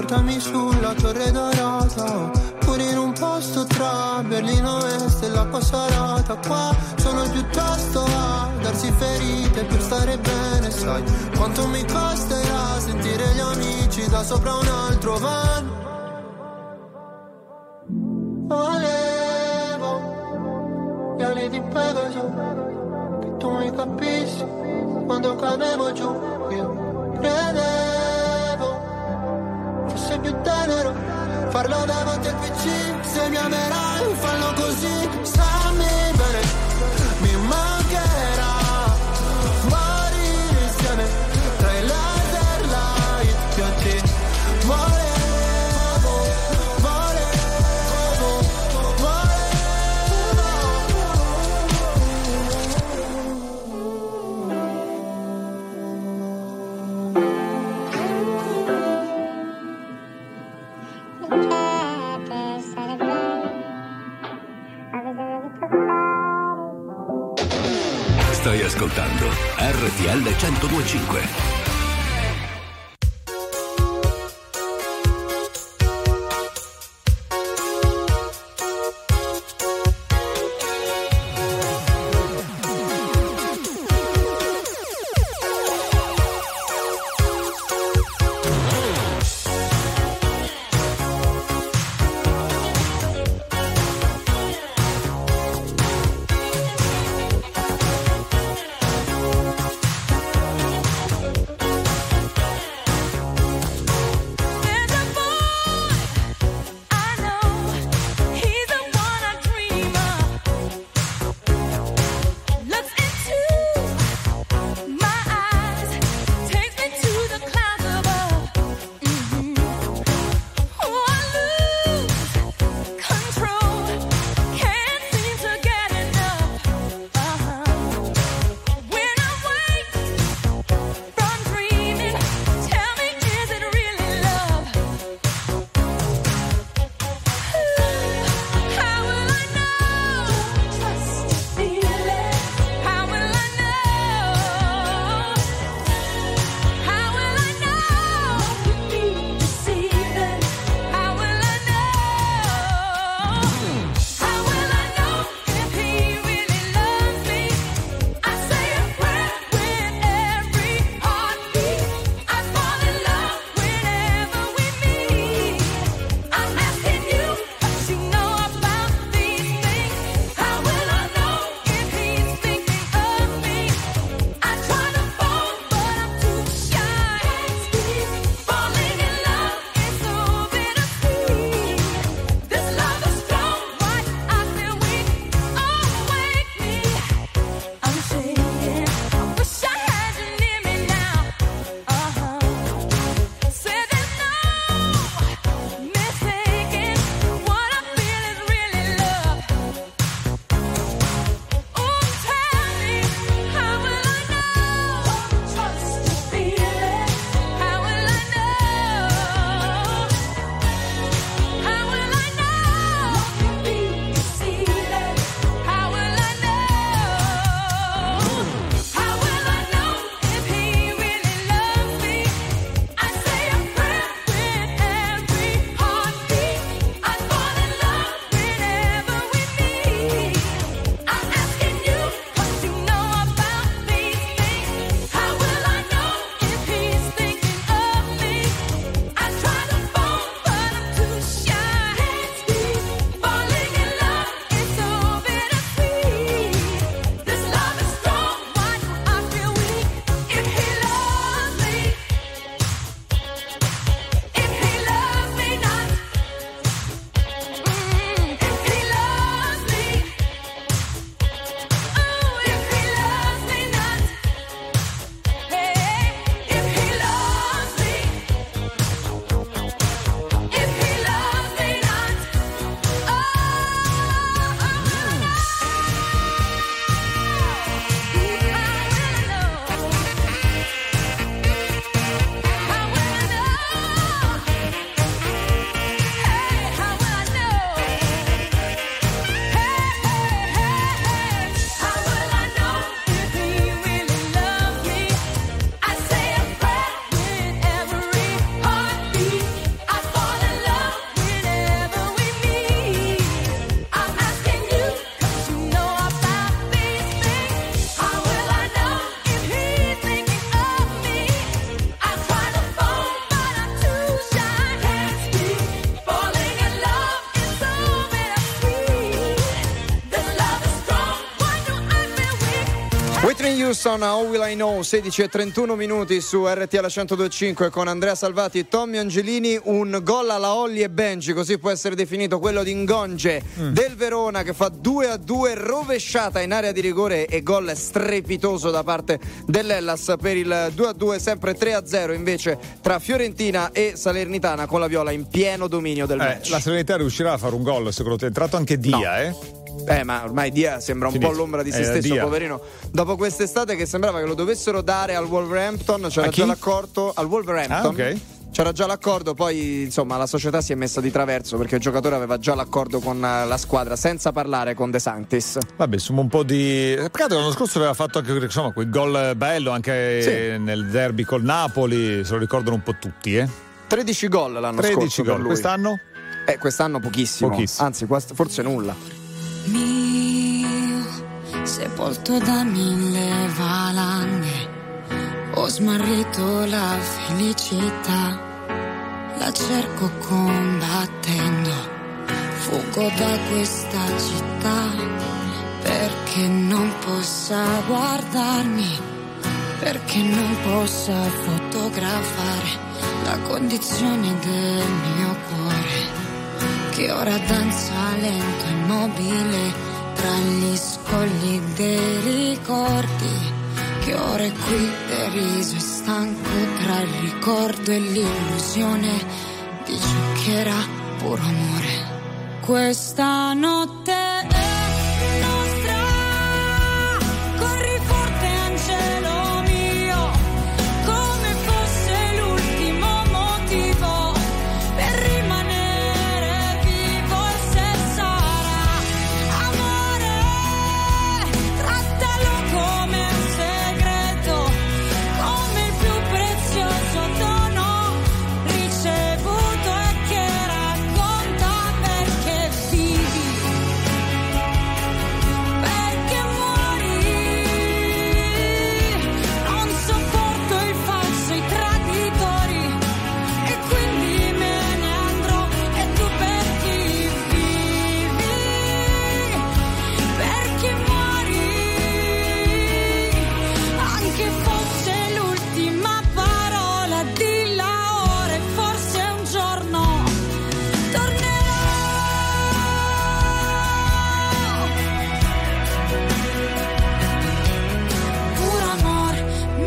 portami sulla Torre Dorata, pure in un posto tra Berlino Est e l'acqua salata. Qua sono piuttosto a darsi ferite per stare bene, sai quanto mi costerà sentire gli amici da sopra un altro van. Volevo gli ali di Pegaso, che tu mi capissi quando cadevo giù. Io credevo fosse più tenero farlo davanti al PC. Se mi amerai fallo così, stammi bene, mi mancherà morire insieme tra i laser light più a te. Stai ascoltando RTL 102.5. Whitney Houston, How Will I Know, 16:31 minuti su RTL 102.5 con Andrea Salvati e Tommy Angelini. Un gol alla Olli e Benji, così può essere definito quello di Ngonge del Verona, che fa 2-2, rovesciata in area di rigore e gol strepitoso da parte dell'Hellas per il 2-2, sempre 3-0 invece tra Fiorentina e Salernitana, con la Viola in pieno dominio del match. La Salernitana riuscirà a fare un gol, secondo te? È entrato anche Dia, no. Ma ormai Dia sembra un po' l'ombra di se stesso, Dia. poverino. Dopo quest'estate che sembrava che lo dovessero dare al Wolverhampton, c'era già l'accordo al Wolverhampton. C'era già l'accordo, poi insomma la società si è messa di traverso perché il giocatore aveva già l'accordo con la squadra, senza parlare con De Sanctis. Vabbè, insomma un po' di... Peccato, l'anno scorso aveva fatto anche, insomma, quel gol bello anche nel derby col Napoli, se lo ricordano un po' tutti, 13 gol l'anno 13 scorso gol. per lui. Quest'anno? Quest'anno pochissimo. Anzi forse nulla. Mio, sepolto da 1000 valanghe, ho smarrito la felicità, la cerco combattendo, fuggo da questa città, perché non possa guardarmi, perché non possa fotografare la condizione del mio cuore, che ora danza lento e immobile tra gli scogli dei ricordi, che ora è qui deriso e stanco tra il ricordo e l'illusione di ciò che era puro amore. Questa notte è nostra, corri forte angelo mio, come fosse l'ultimo motivo per rimanere vivo, e se sarà amore, trattalo come un segreto, come il più prezioso dono ricevuto e che racconta perché vivi, perché muori. Non sopporto il falso, i traditori, e quindi me ne andrò, e tu per chi vivi, perché muori, anche fosse l'ultima parola, dilla ora e forse un giorno tornerò. Puro amor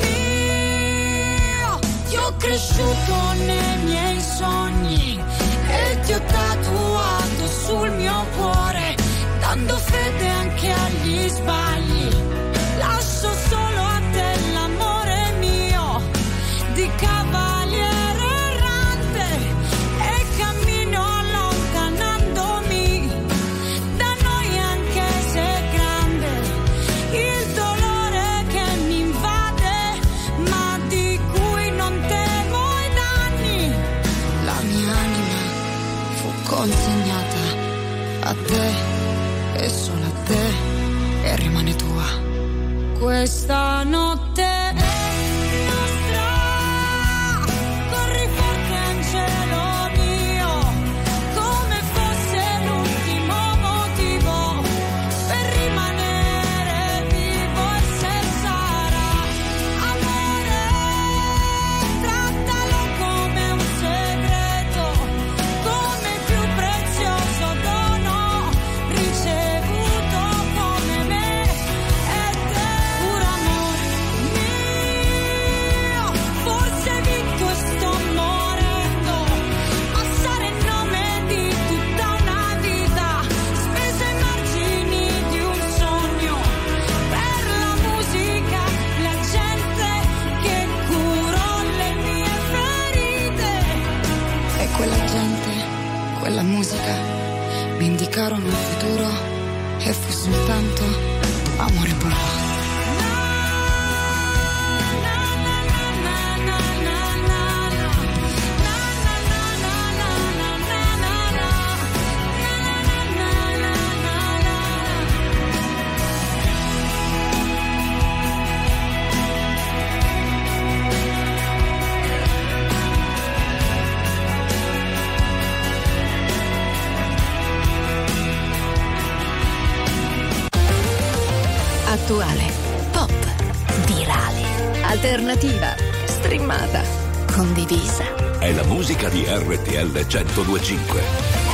mio, ti ho cresciuto nei miei sogni e ti ho tatuato sul mio cuore, dando fede anche agli sbagli. Lascio solo a te l'amore mio di cavaliere errante e cammino allontanandomi da noi, anche se è grande il dolore che mi invade, ma di cui non temo i danni. La mia anima fu consegnata a te e solo a te, e rimane tua. Questa notte è nostra, corri forte angelo mio, come fosse l'ultimo motivo per rimanere vivo, e se sarà amore, trattalo come un segreto, come il più prezioso dono ricevuto, come me e te. Puro amor mio, forse vinto e sto morendo, passare il nome di tutta una vita, spese ai margini di un sogno, per la musica, la gente che curò le mie ferite. E quella gente, quella musica mi indicarono il futuro, e fu soltanto amore puro. Attuale, pop, virale, alternativa, streamata, condivisa. È la musica di RTL 102.5.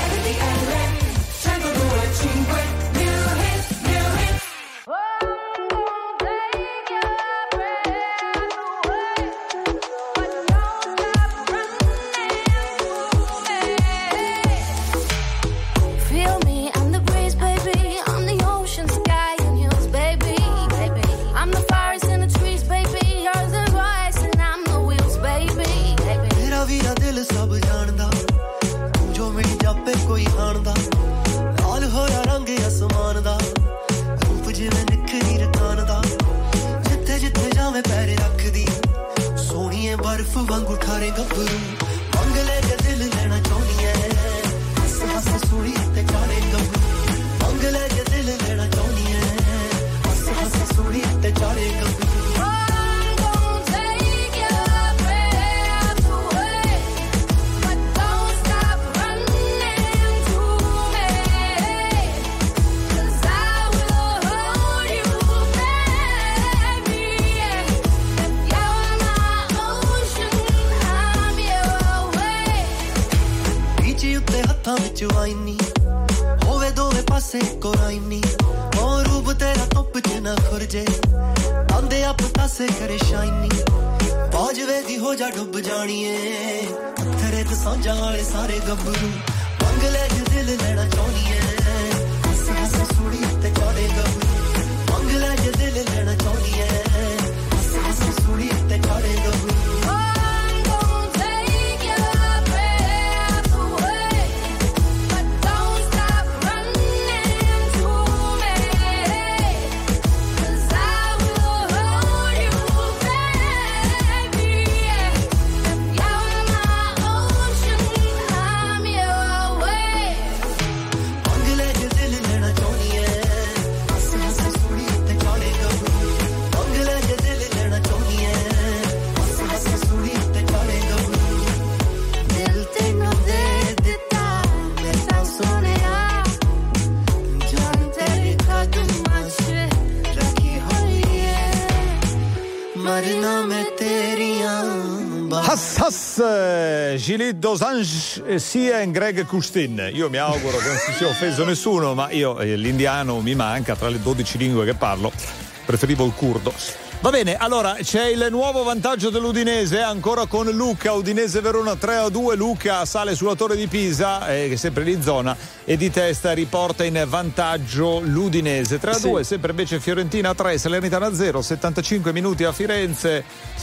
Gilles Dosange sia in Greg Custin. Io mi auguro che non si sia offeso nessuno, ma io l'indiano mi manca, tra le 12 lingue che parlo preferivo il curdo. Va bene, allora c'è il nuovo vantaggio dell'Udinese, ancora con Luca, Udinese Verona 3-2, Luca sale sulla Torre di Pisa, che è sempre di zona, e di testa riporta in vantaggio l'Udinese 3-2, sì. Sempre invece Fiorentina 3, Salernitana 0, 75 minuti a Firenze,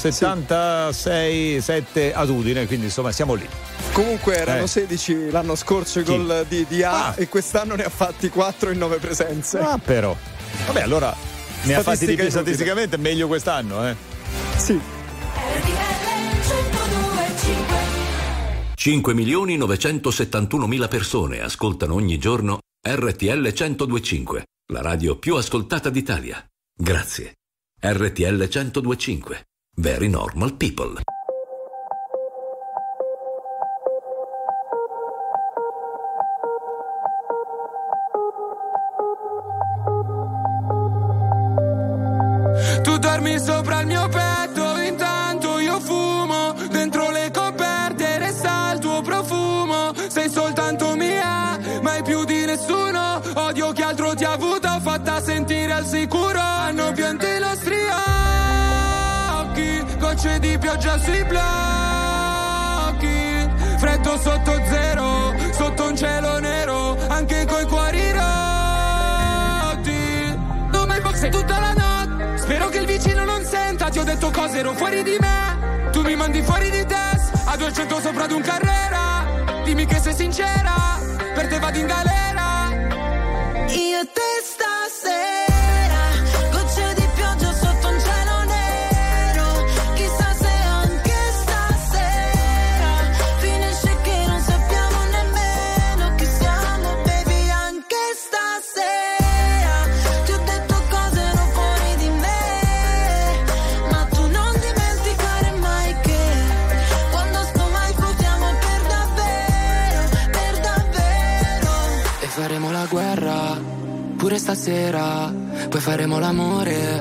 76-7 ad Udine, quindi insomma siamo lì. Comunque erano 16 l'anno scorso i gol di A e quest'anno ne ha fatti 4 in 9 presenze. Ah però, vabbè allora ne ha fatti di più statisticamente, meglio quest'anno, eh? Sì. 5.971.000 persone ascoltano ogni giorno RTL 102.5, la radio più ascoltata d'Italia. Grazie. RTL 102.5. Very normal people. Tu dormi sopra il mio petto, intanto io fumo, dentro le coperte resta il tuo profumo. Sei soltanto mia, mai più di nessuno. Odio chi altro ti ha avuta, fatta sentire al sicuro. Hanno pianto i nostri occhi, gocce di pioggia sui blocchi. Freddo sotto zero, sotto un cielo nero, anche coi cuori rotti. Non mai boxe tutta la notte, spero che il vicino non senta, ti ho detto cose, ero fuori di me. Tu mi mandi fuori di testa, a 200 sopra ad un Carrera. Dimmi che sei sincera, per te vado in galera. Io e te stasera, gocce di pioggia sotto un cielo nero. Chissà se anche stasera finisce che non sappiamo nemmeno chi siamo, baby, anche stasera. Ti ho detto cose, ero fuori di me, ma tu non dimenticare mai che quando sto mai godiamo per davvero, per davvero. Faremo la guerra pure stasera, poi faremo l'amore, ci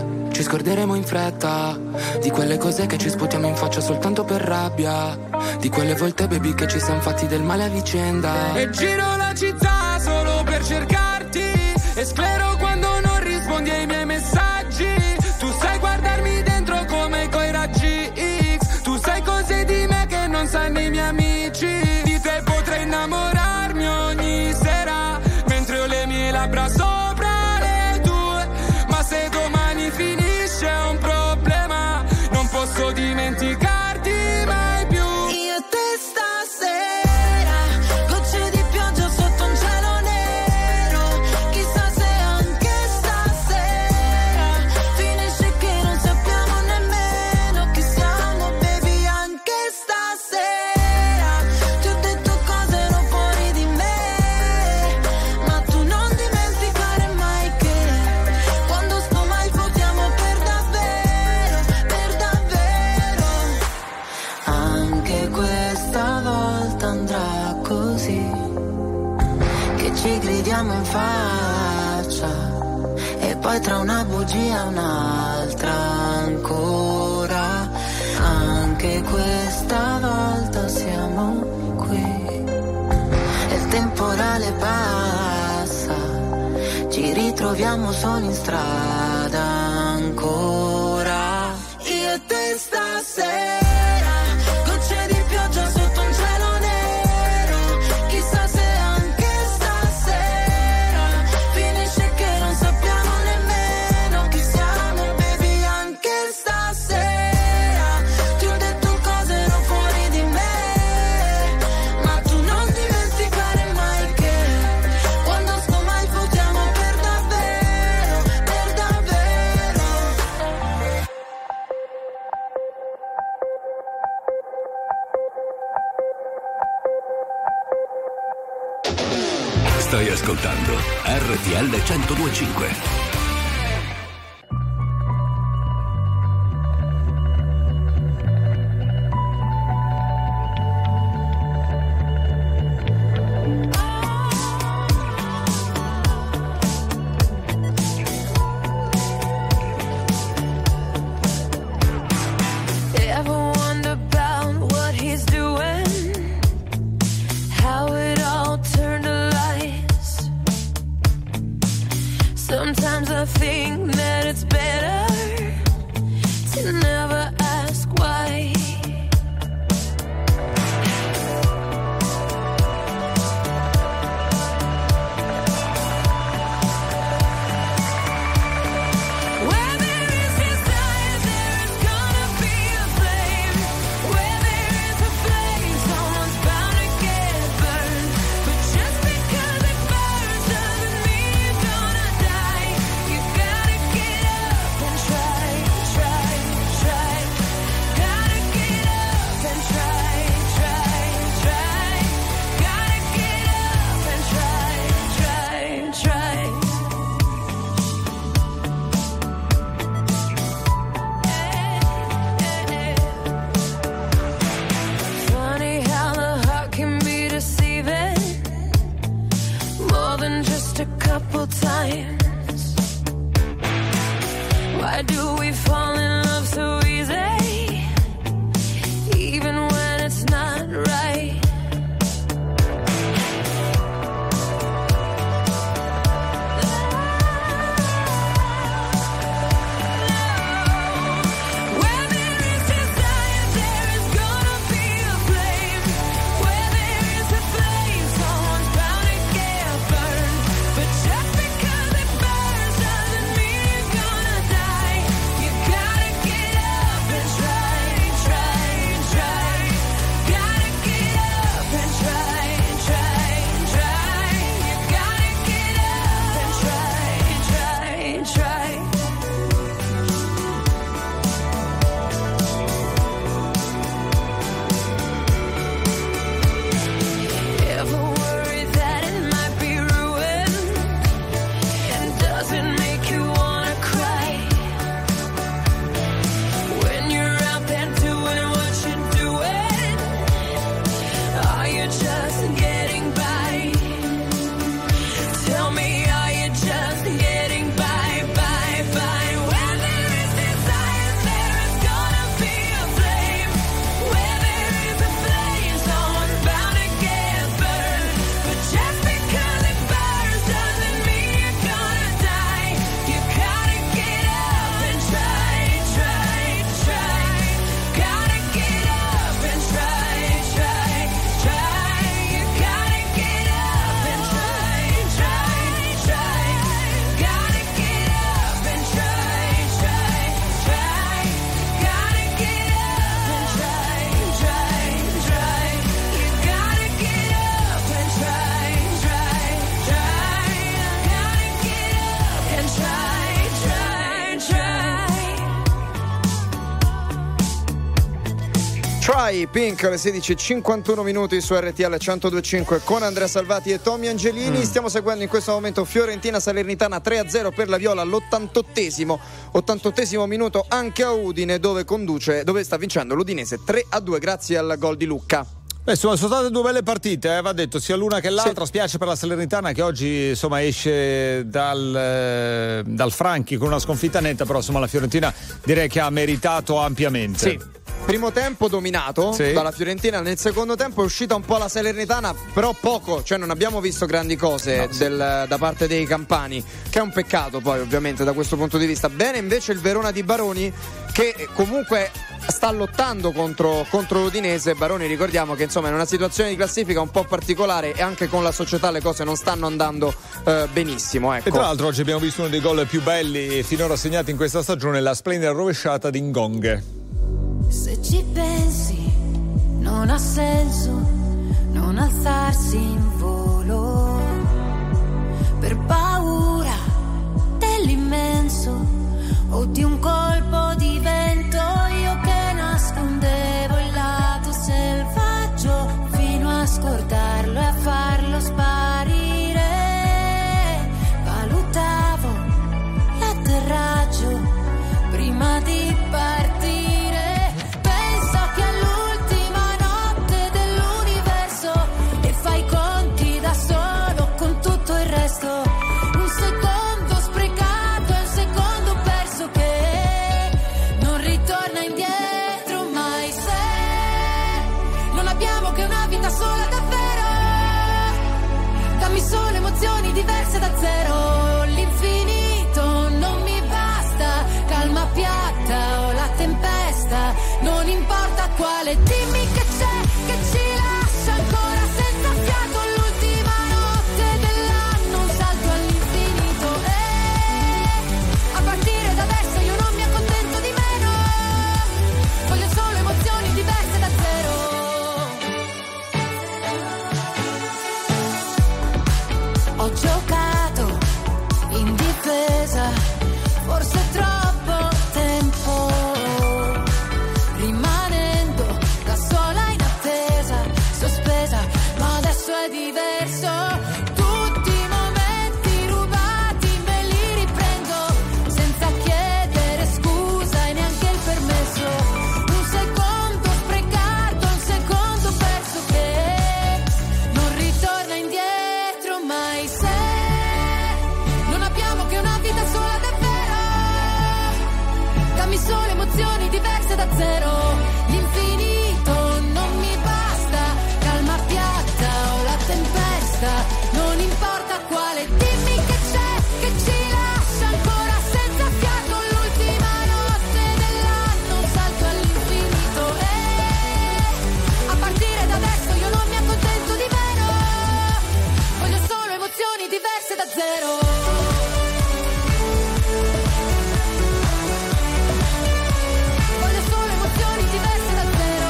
ci scorderemo in fretta di quelle cose che ci sputiamo in faccia soltanto per rabbia, di quelle volte baby che ci siamo fatti del male a vicenda. E giro la città solo per cercarti, e sclero quando non rispondi ai miei messaggi. Tu sai guardarmi dentro come coi raggi X, tu sai cose di me che non sanno i miei amici. Di te potrei innamorarmi ogni sera, mentre ho le mie labbra sopra le tue. Ma se domani finisce è un problema, non posso dimenticarti mai più. Io e te stasera, gocce di pioggia sotto un cielo nero. Chissà se anche stasera finisce che non sappiamo nemmeno chi siamo, baby. Anche stasera ti ho detto cose non fuori di me, ma tu non dimenticare mai che quando sto mai votiamo per davvero, per davvero. Anche questa volta andrà così, che ci gridiamo in faccia e poi tra una bugia e un'altra ancora. Anche questa volta siamo qui e il temporale passa, ci ritroviamo soli in strada ancora. Io e te stasera, gocce di pioggia sotto un cielo nero. Chissà se anche stasera finisce che non sappiamo nemmeno chi siamo, baby. Anche stasera ti ho detto cose non fuori di me, ma tu non dimenticare mai che quando sto mai votiamo per davvero, per davvero. Stai ascoltando RTL 102.5. Ever wonder about what he's doing? How it all turned to lies. Sometimes Try Pink alle 16:51 minuti su RTL 102.5 con Andrea Salvati e Tommy Angelini. Stiamo seguendo in questo momento Fiorentina Salernitana 3-0 per la Viola all'88esimo minuto anche a Udine, dove sta vincendo l'Udinese 3-2 grazie al gol di Lucca. Sono state due belle partite, va detto, sia l'una che l'altra. Spiace per la Salernitana che oggi insomma esce dal Franchi con una sconfitta netta, però insomma la Fiorentina direi che ha meritato ampiamente. Sì. Primo tempo dominato dalla Fiorentina, nel secondo tempo è uscita un po' la Salernitana, però poco, cioè non abbiamo visto grandi cose da parte dei campani, che è un peccato poi ovviamente da questo punto di vista. Bene invece il Verona di Baroni, che comunque sta lottando contro l'Udinese. Baroni, ricordiamo che insomma è in una situazione di classifica un po' particolare e anche con la società le cose non stanno andando benissimo, ecco. E tra l'altro oggi abbiamo visto uno dei gol più belli finora segnati in questa stagione, la splendida rovesciata di Ngong. Se ci pensi non ha senso non alzarsi in volo per paura dell'immenso o di un colpo di vento. Io che nascondevo il lato selvaggio fino a scordarlo e a farlo sparire. Valutavo l'atterraggio prima di partire. Un secondo sprecato è un secondo perso che non ritorna indietro mai. Se non abbiamo che una vita sola davvero, dammi solo emozioni diverse da zero. L'infinito non mi basta, calma piatta o la tempesta, non importa quale, dimmi che c'è, che ci lascia ancora senza fiato. Ho giocato in difesa, forse troppo tempo, rimanendo da sola in attesa, sospesa, ma adesso è diverso. Tutti i momenti rubati me li riprendo, senza chiedere scusa e neanche il permesso. Un secondo sprecato, un secondo perso che non ritorna indietro mai. Se non abbiamo che una vita sola davvero, dammi solo emozioni diverse da zero. L'infinito non mi basta, calma piatta o la tempesta, non importa quale, dimmi che c'è, che ci lascia ancora senza fiato. L'ultima notte dell'anno, un salto all'infinito e a partire da adesso io non mi accontento di meno, voglio solo emozioni diverse da zero. Voglio solo emozioni diverse da zero.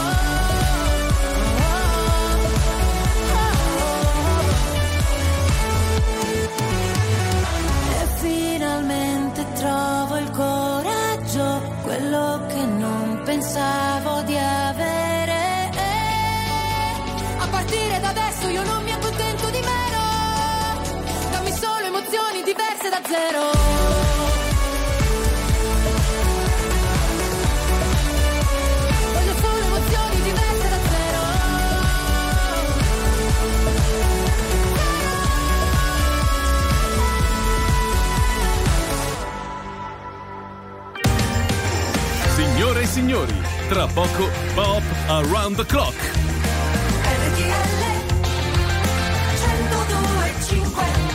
E finalmente trovo il coraggio, quello che non pensavo di avere. A partire da adesso io non mi accontento di meno, dammi solo emozioni diverse da zero. Voglio solo emozioni diverse da zero. Signore e signori, tra poco Pop Around the Clock. RTL 102.5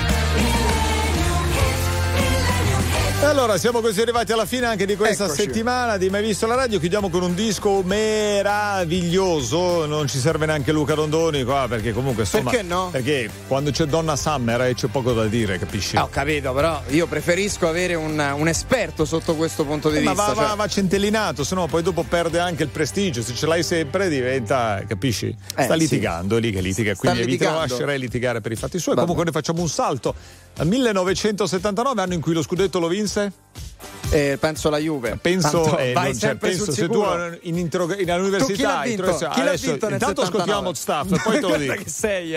E allora siamo così arrivati alla fine anche di questa Eccoci. settimana di Mai Visto la Radio. Chiudiamo con un disco meraviglioso. Non ci serve neanche Luca Rondoni qua, perché comunque insomma, perché no? Perché quando c'è Donna Summer c'è poco da dire, capisci? Ho capito, però io preferisco avere un esperto sotto questo punto di vista. Ma va centellinato, sennò poi dopo perde anche il prestigio. Se ce l'hai sempre diventa, capisci? Sta litigando, è lì che litiga, quindi evita, lascerei litigare per i fatti suoi. Comunque noi facciamo un salto al 1979, anno in cui lo scudetto lo vinse Penso la Juve. Penso, vai sempre sul se tu sicuro. in all'università chi l'ha vinto intanto ascoltiamo Stuff e poi te lo dico. Che sei,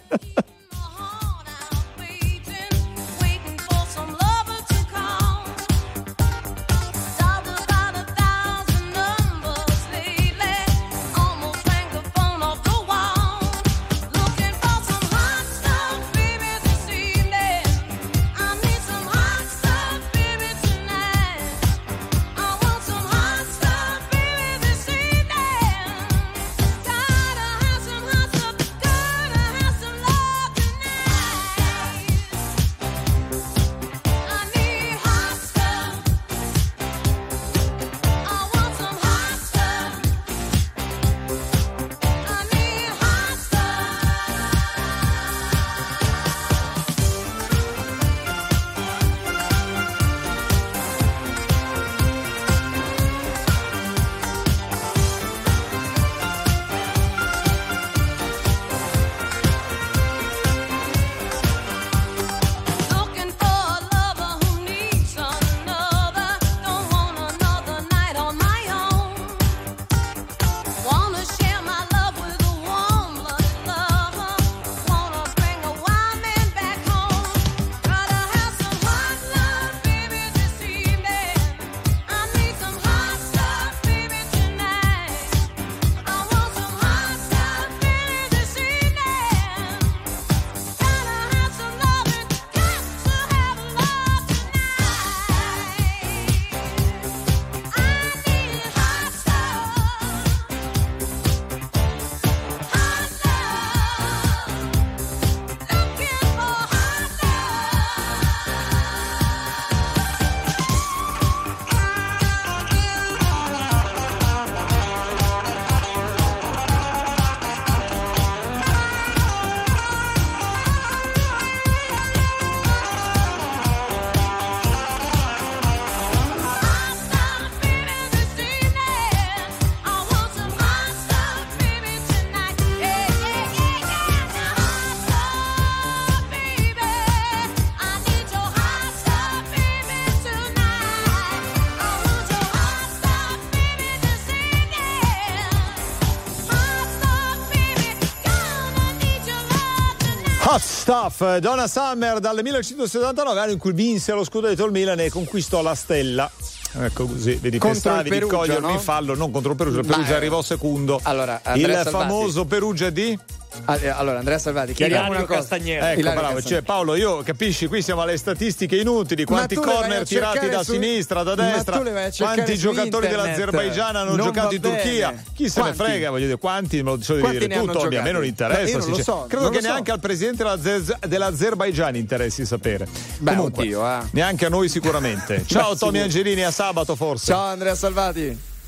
Hot Stuff, Donna Summer dal 1979, anno in cui vinse lo scudetto il Milan e conquistò la stella. Ecco così, vedi, pensavi di cogliermi in fallo, non contro il Perugia. Il Perugia arrivò secondo. Allora, il famoso Perugia di? Allora, Andrea Salvati, chiediamo una cosa. Ecco, bravo. Cioè, Paolo, io capisci, qui siamo alle statistiche inutili, quanti corner tirati da sinistra, da destra, quanti giocatori dell'Azerbaigian hanno giocato in Turchia. Chi se ne frega, voglio dire, quanti me lo so dire tutto, a me non interessa. Io non lo so, credo che neanche al presidente dell'Azerbaigian interessi sapere. Beh, comunque, oddio, neanche a noi sicuramente. Ciao Tommy Angelini, a sabato forse. Ciao Andrea Salvati.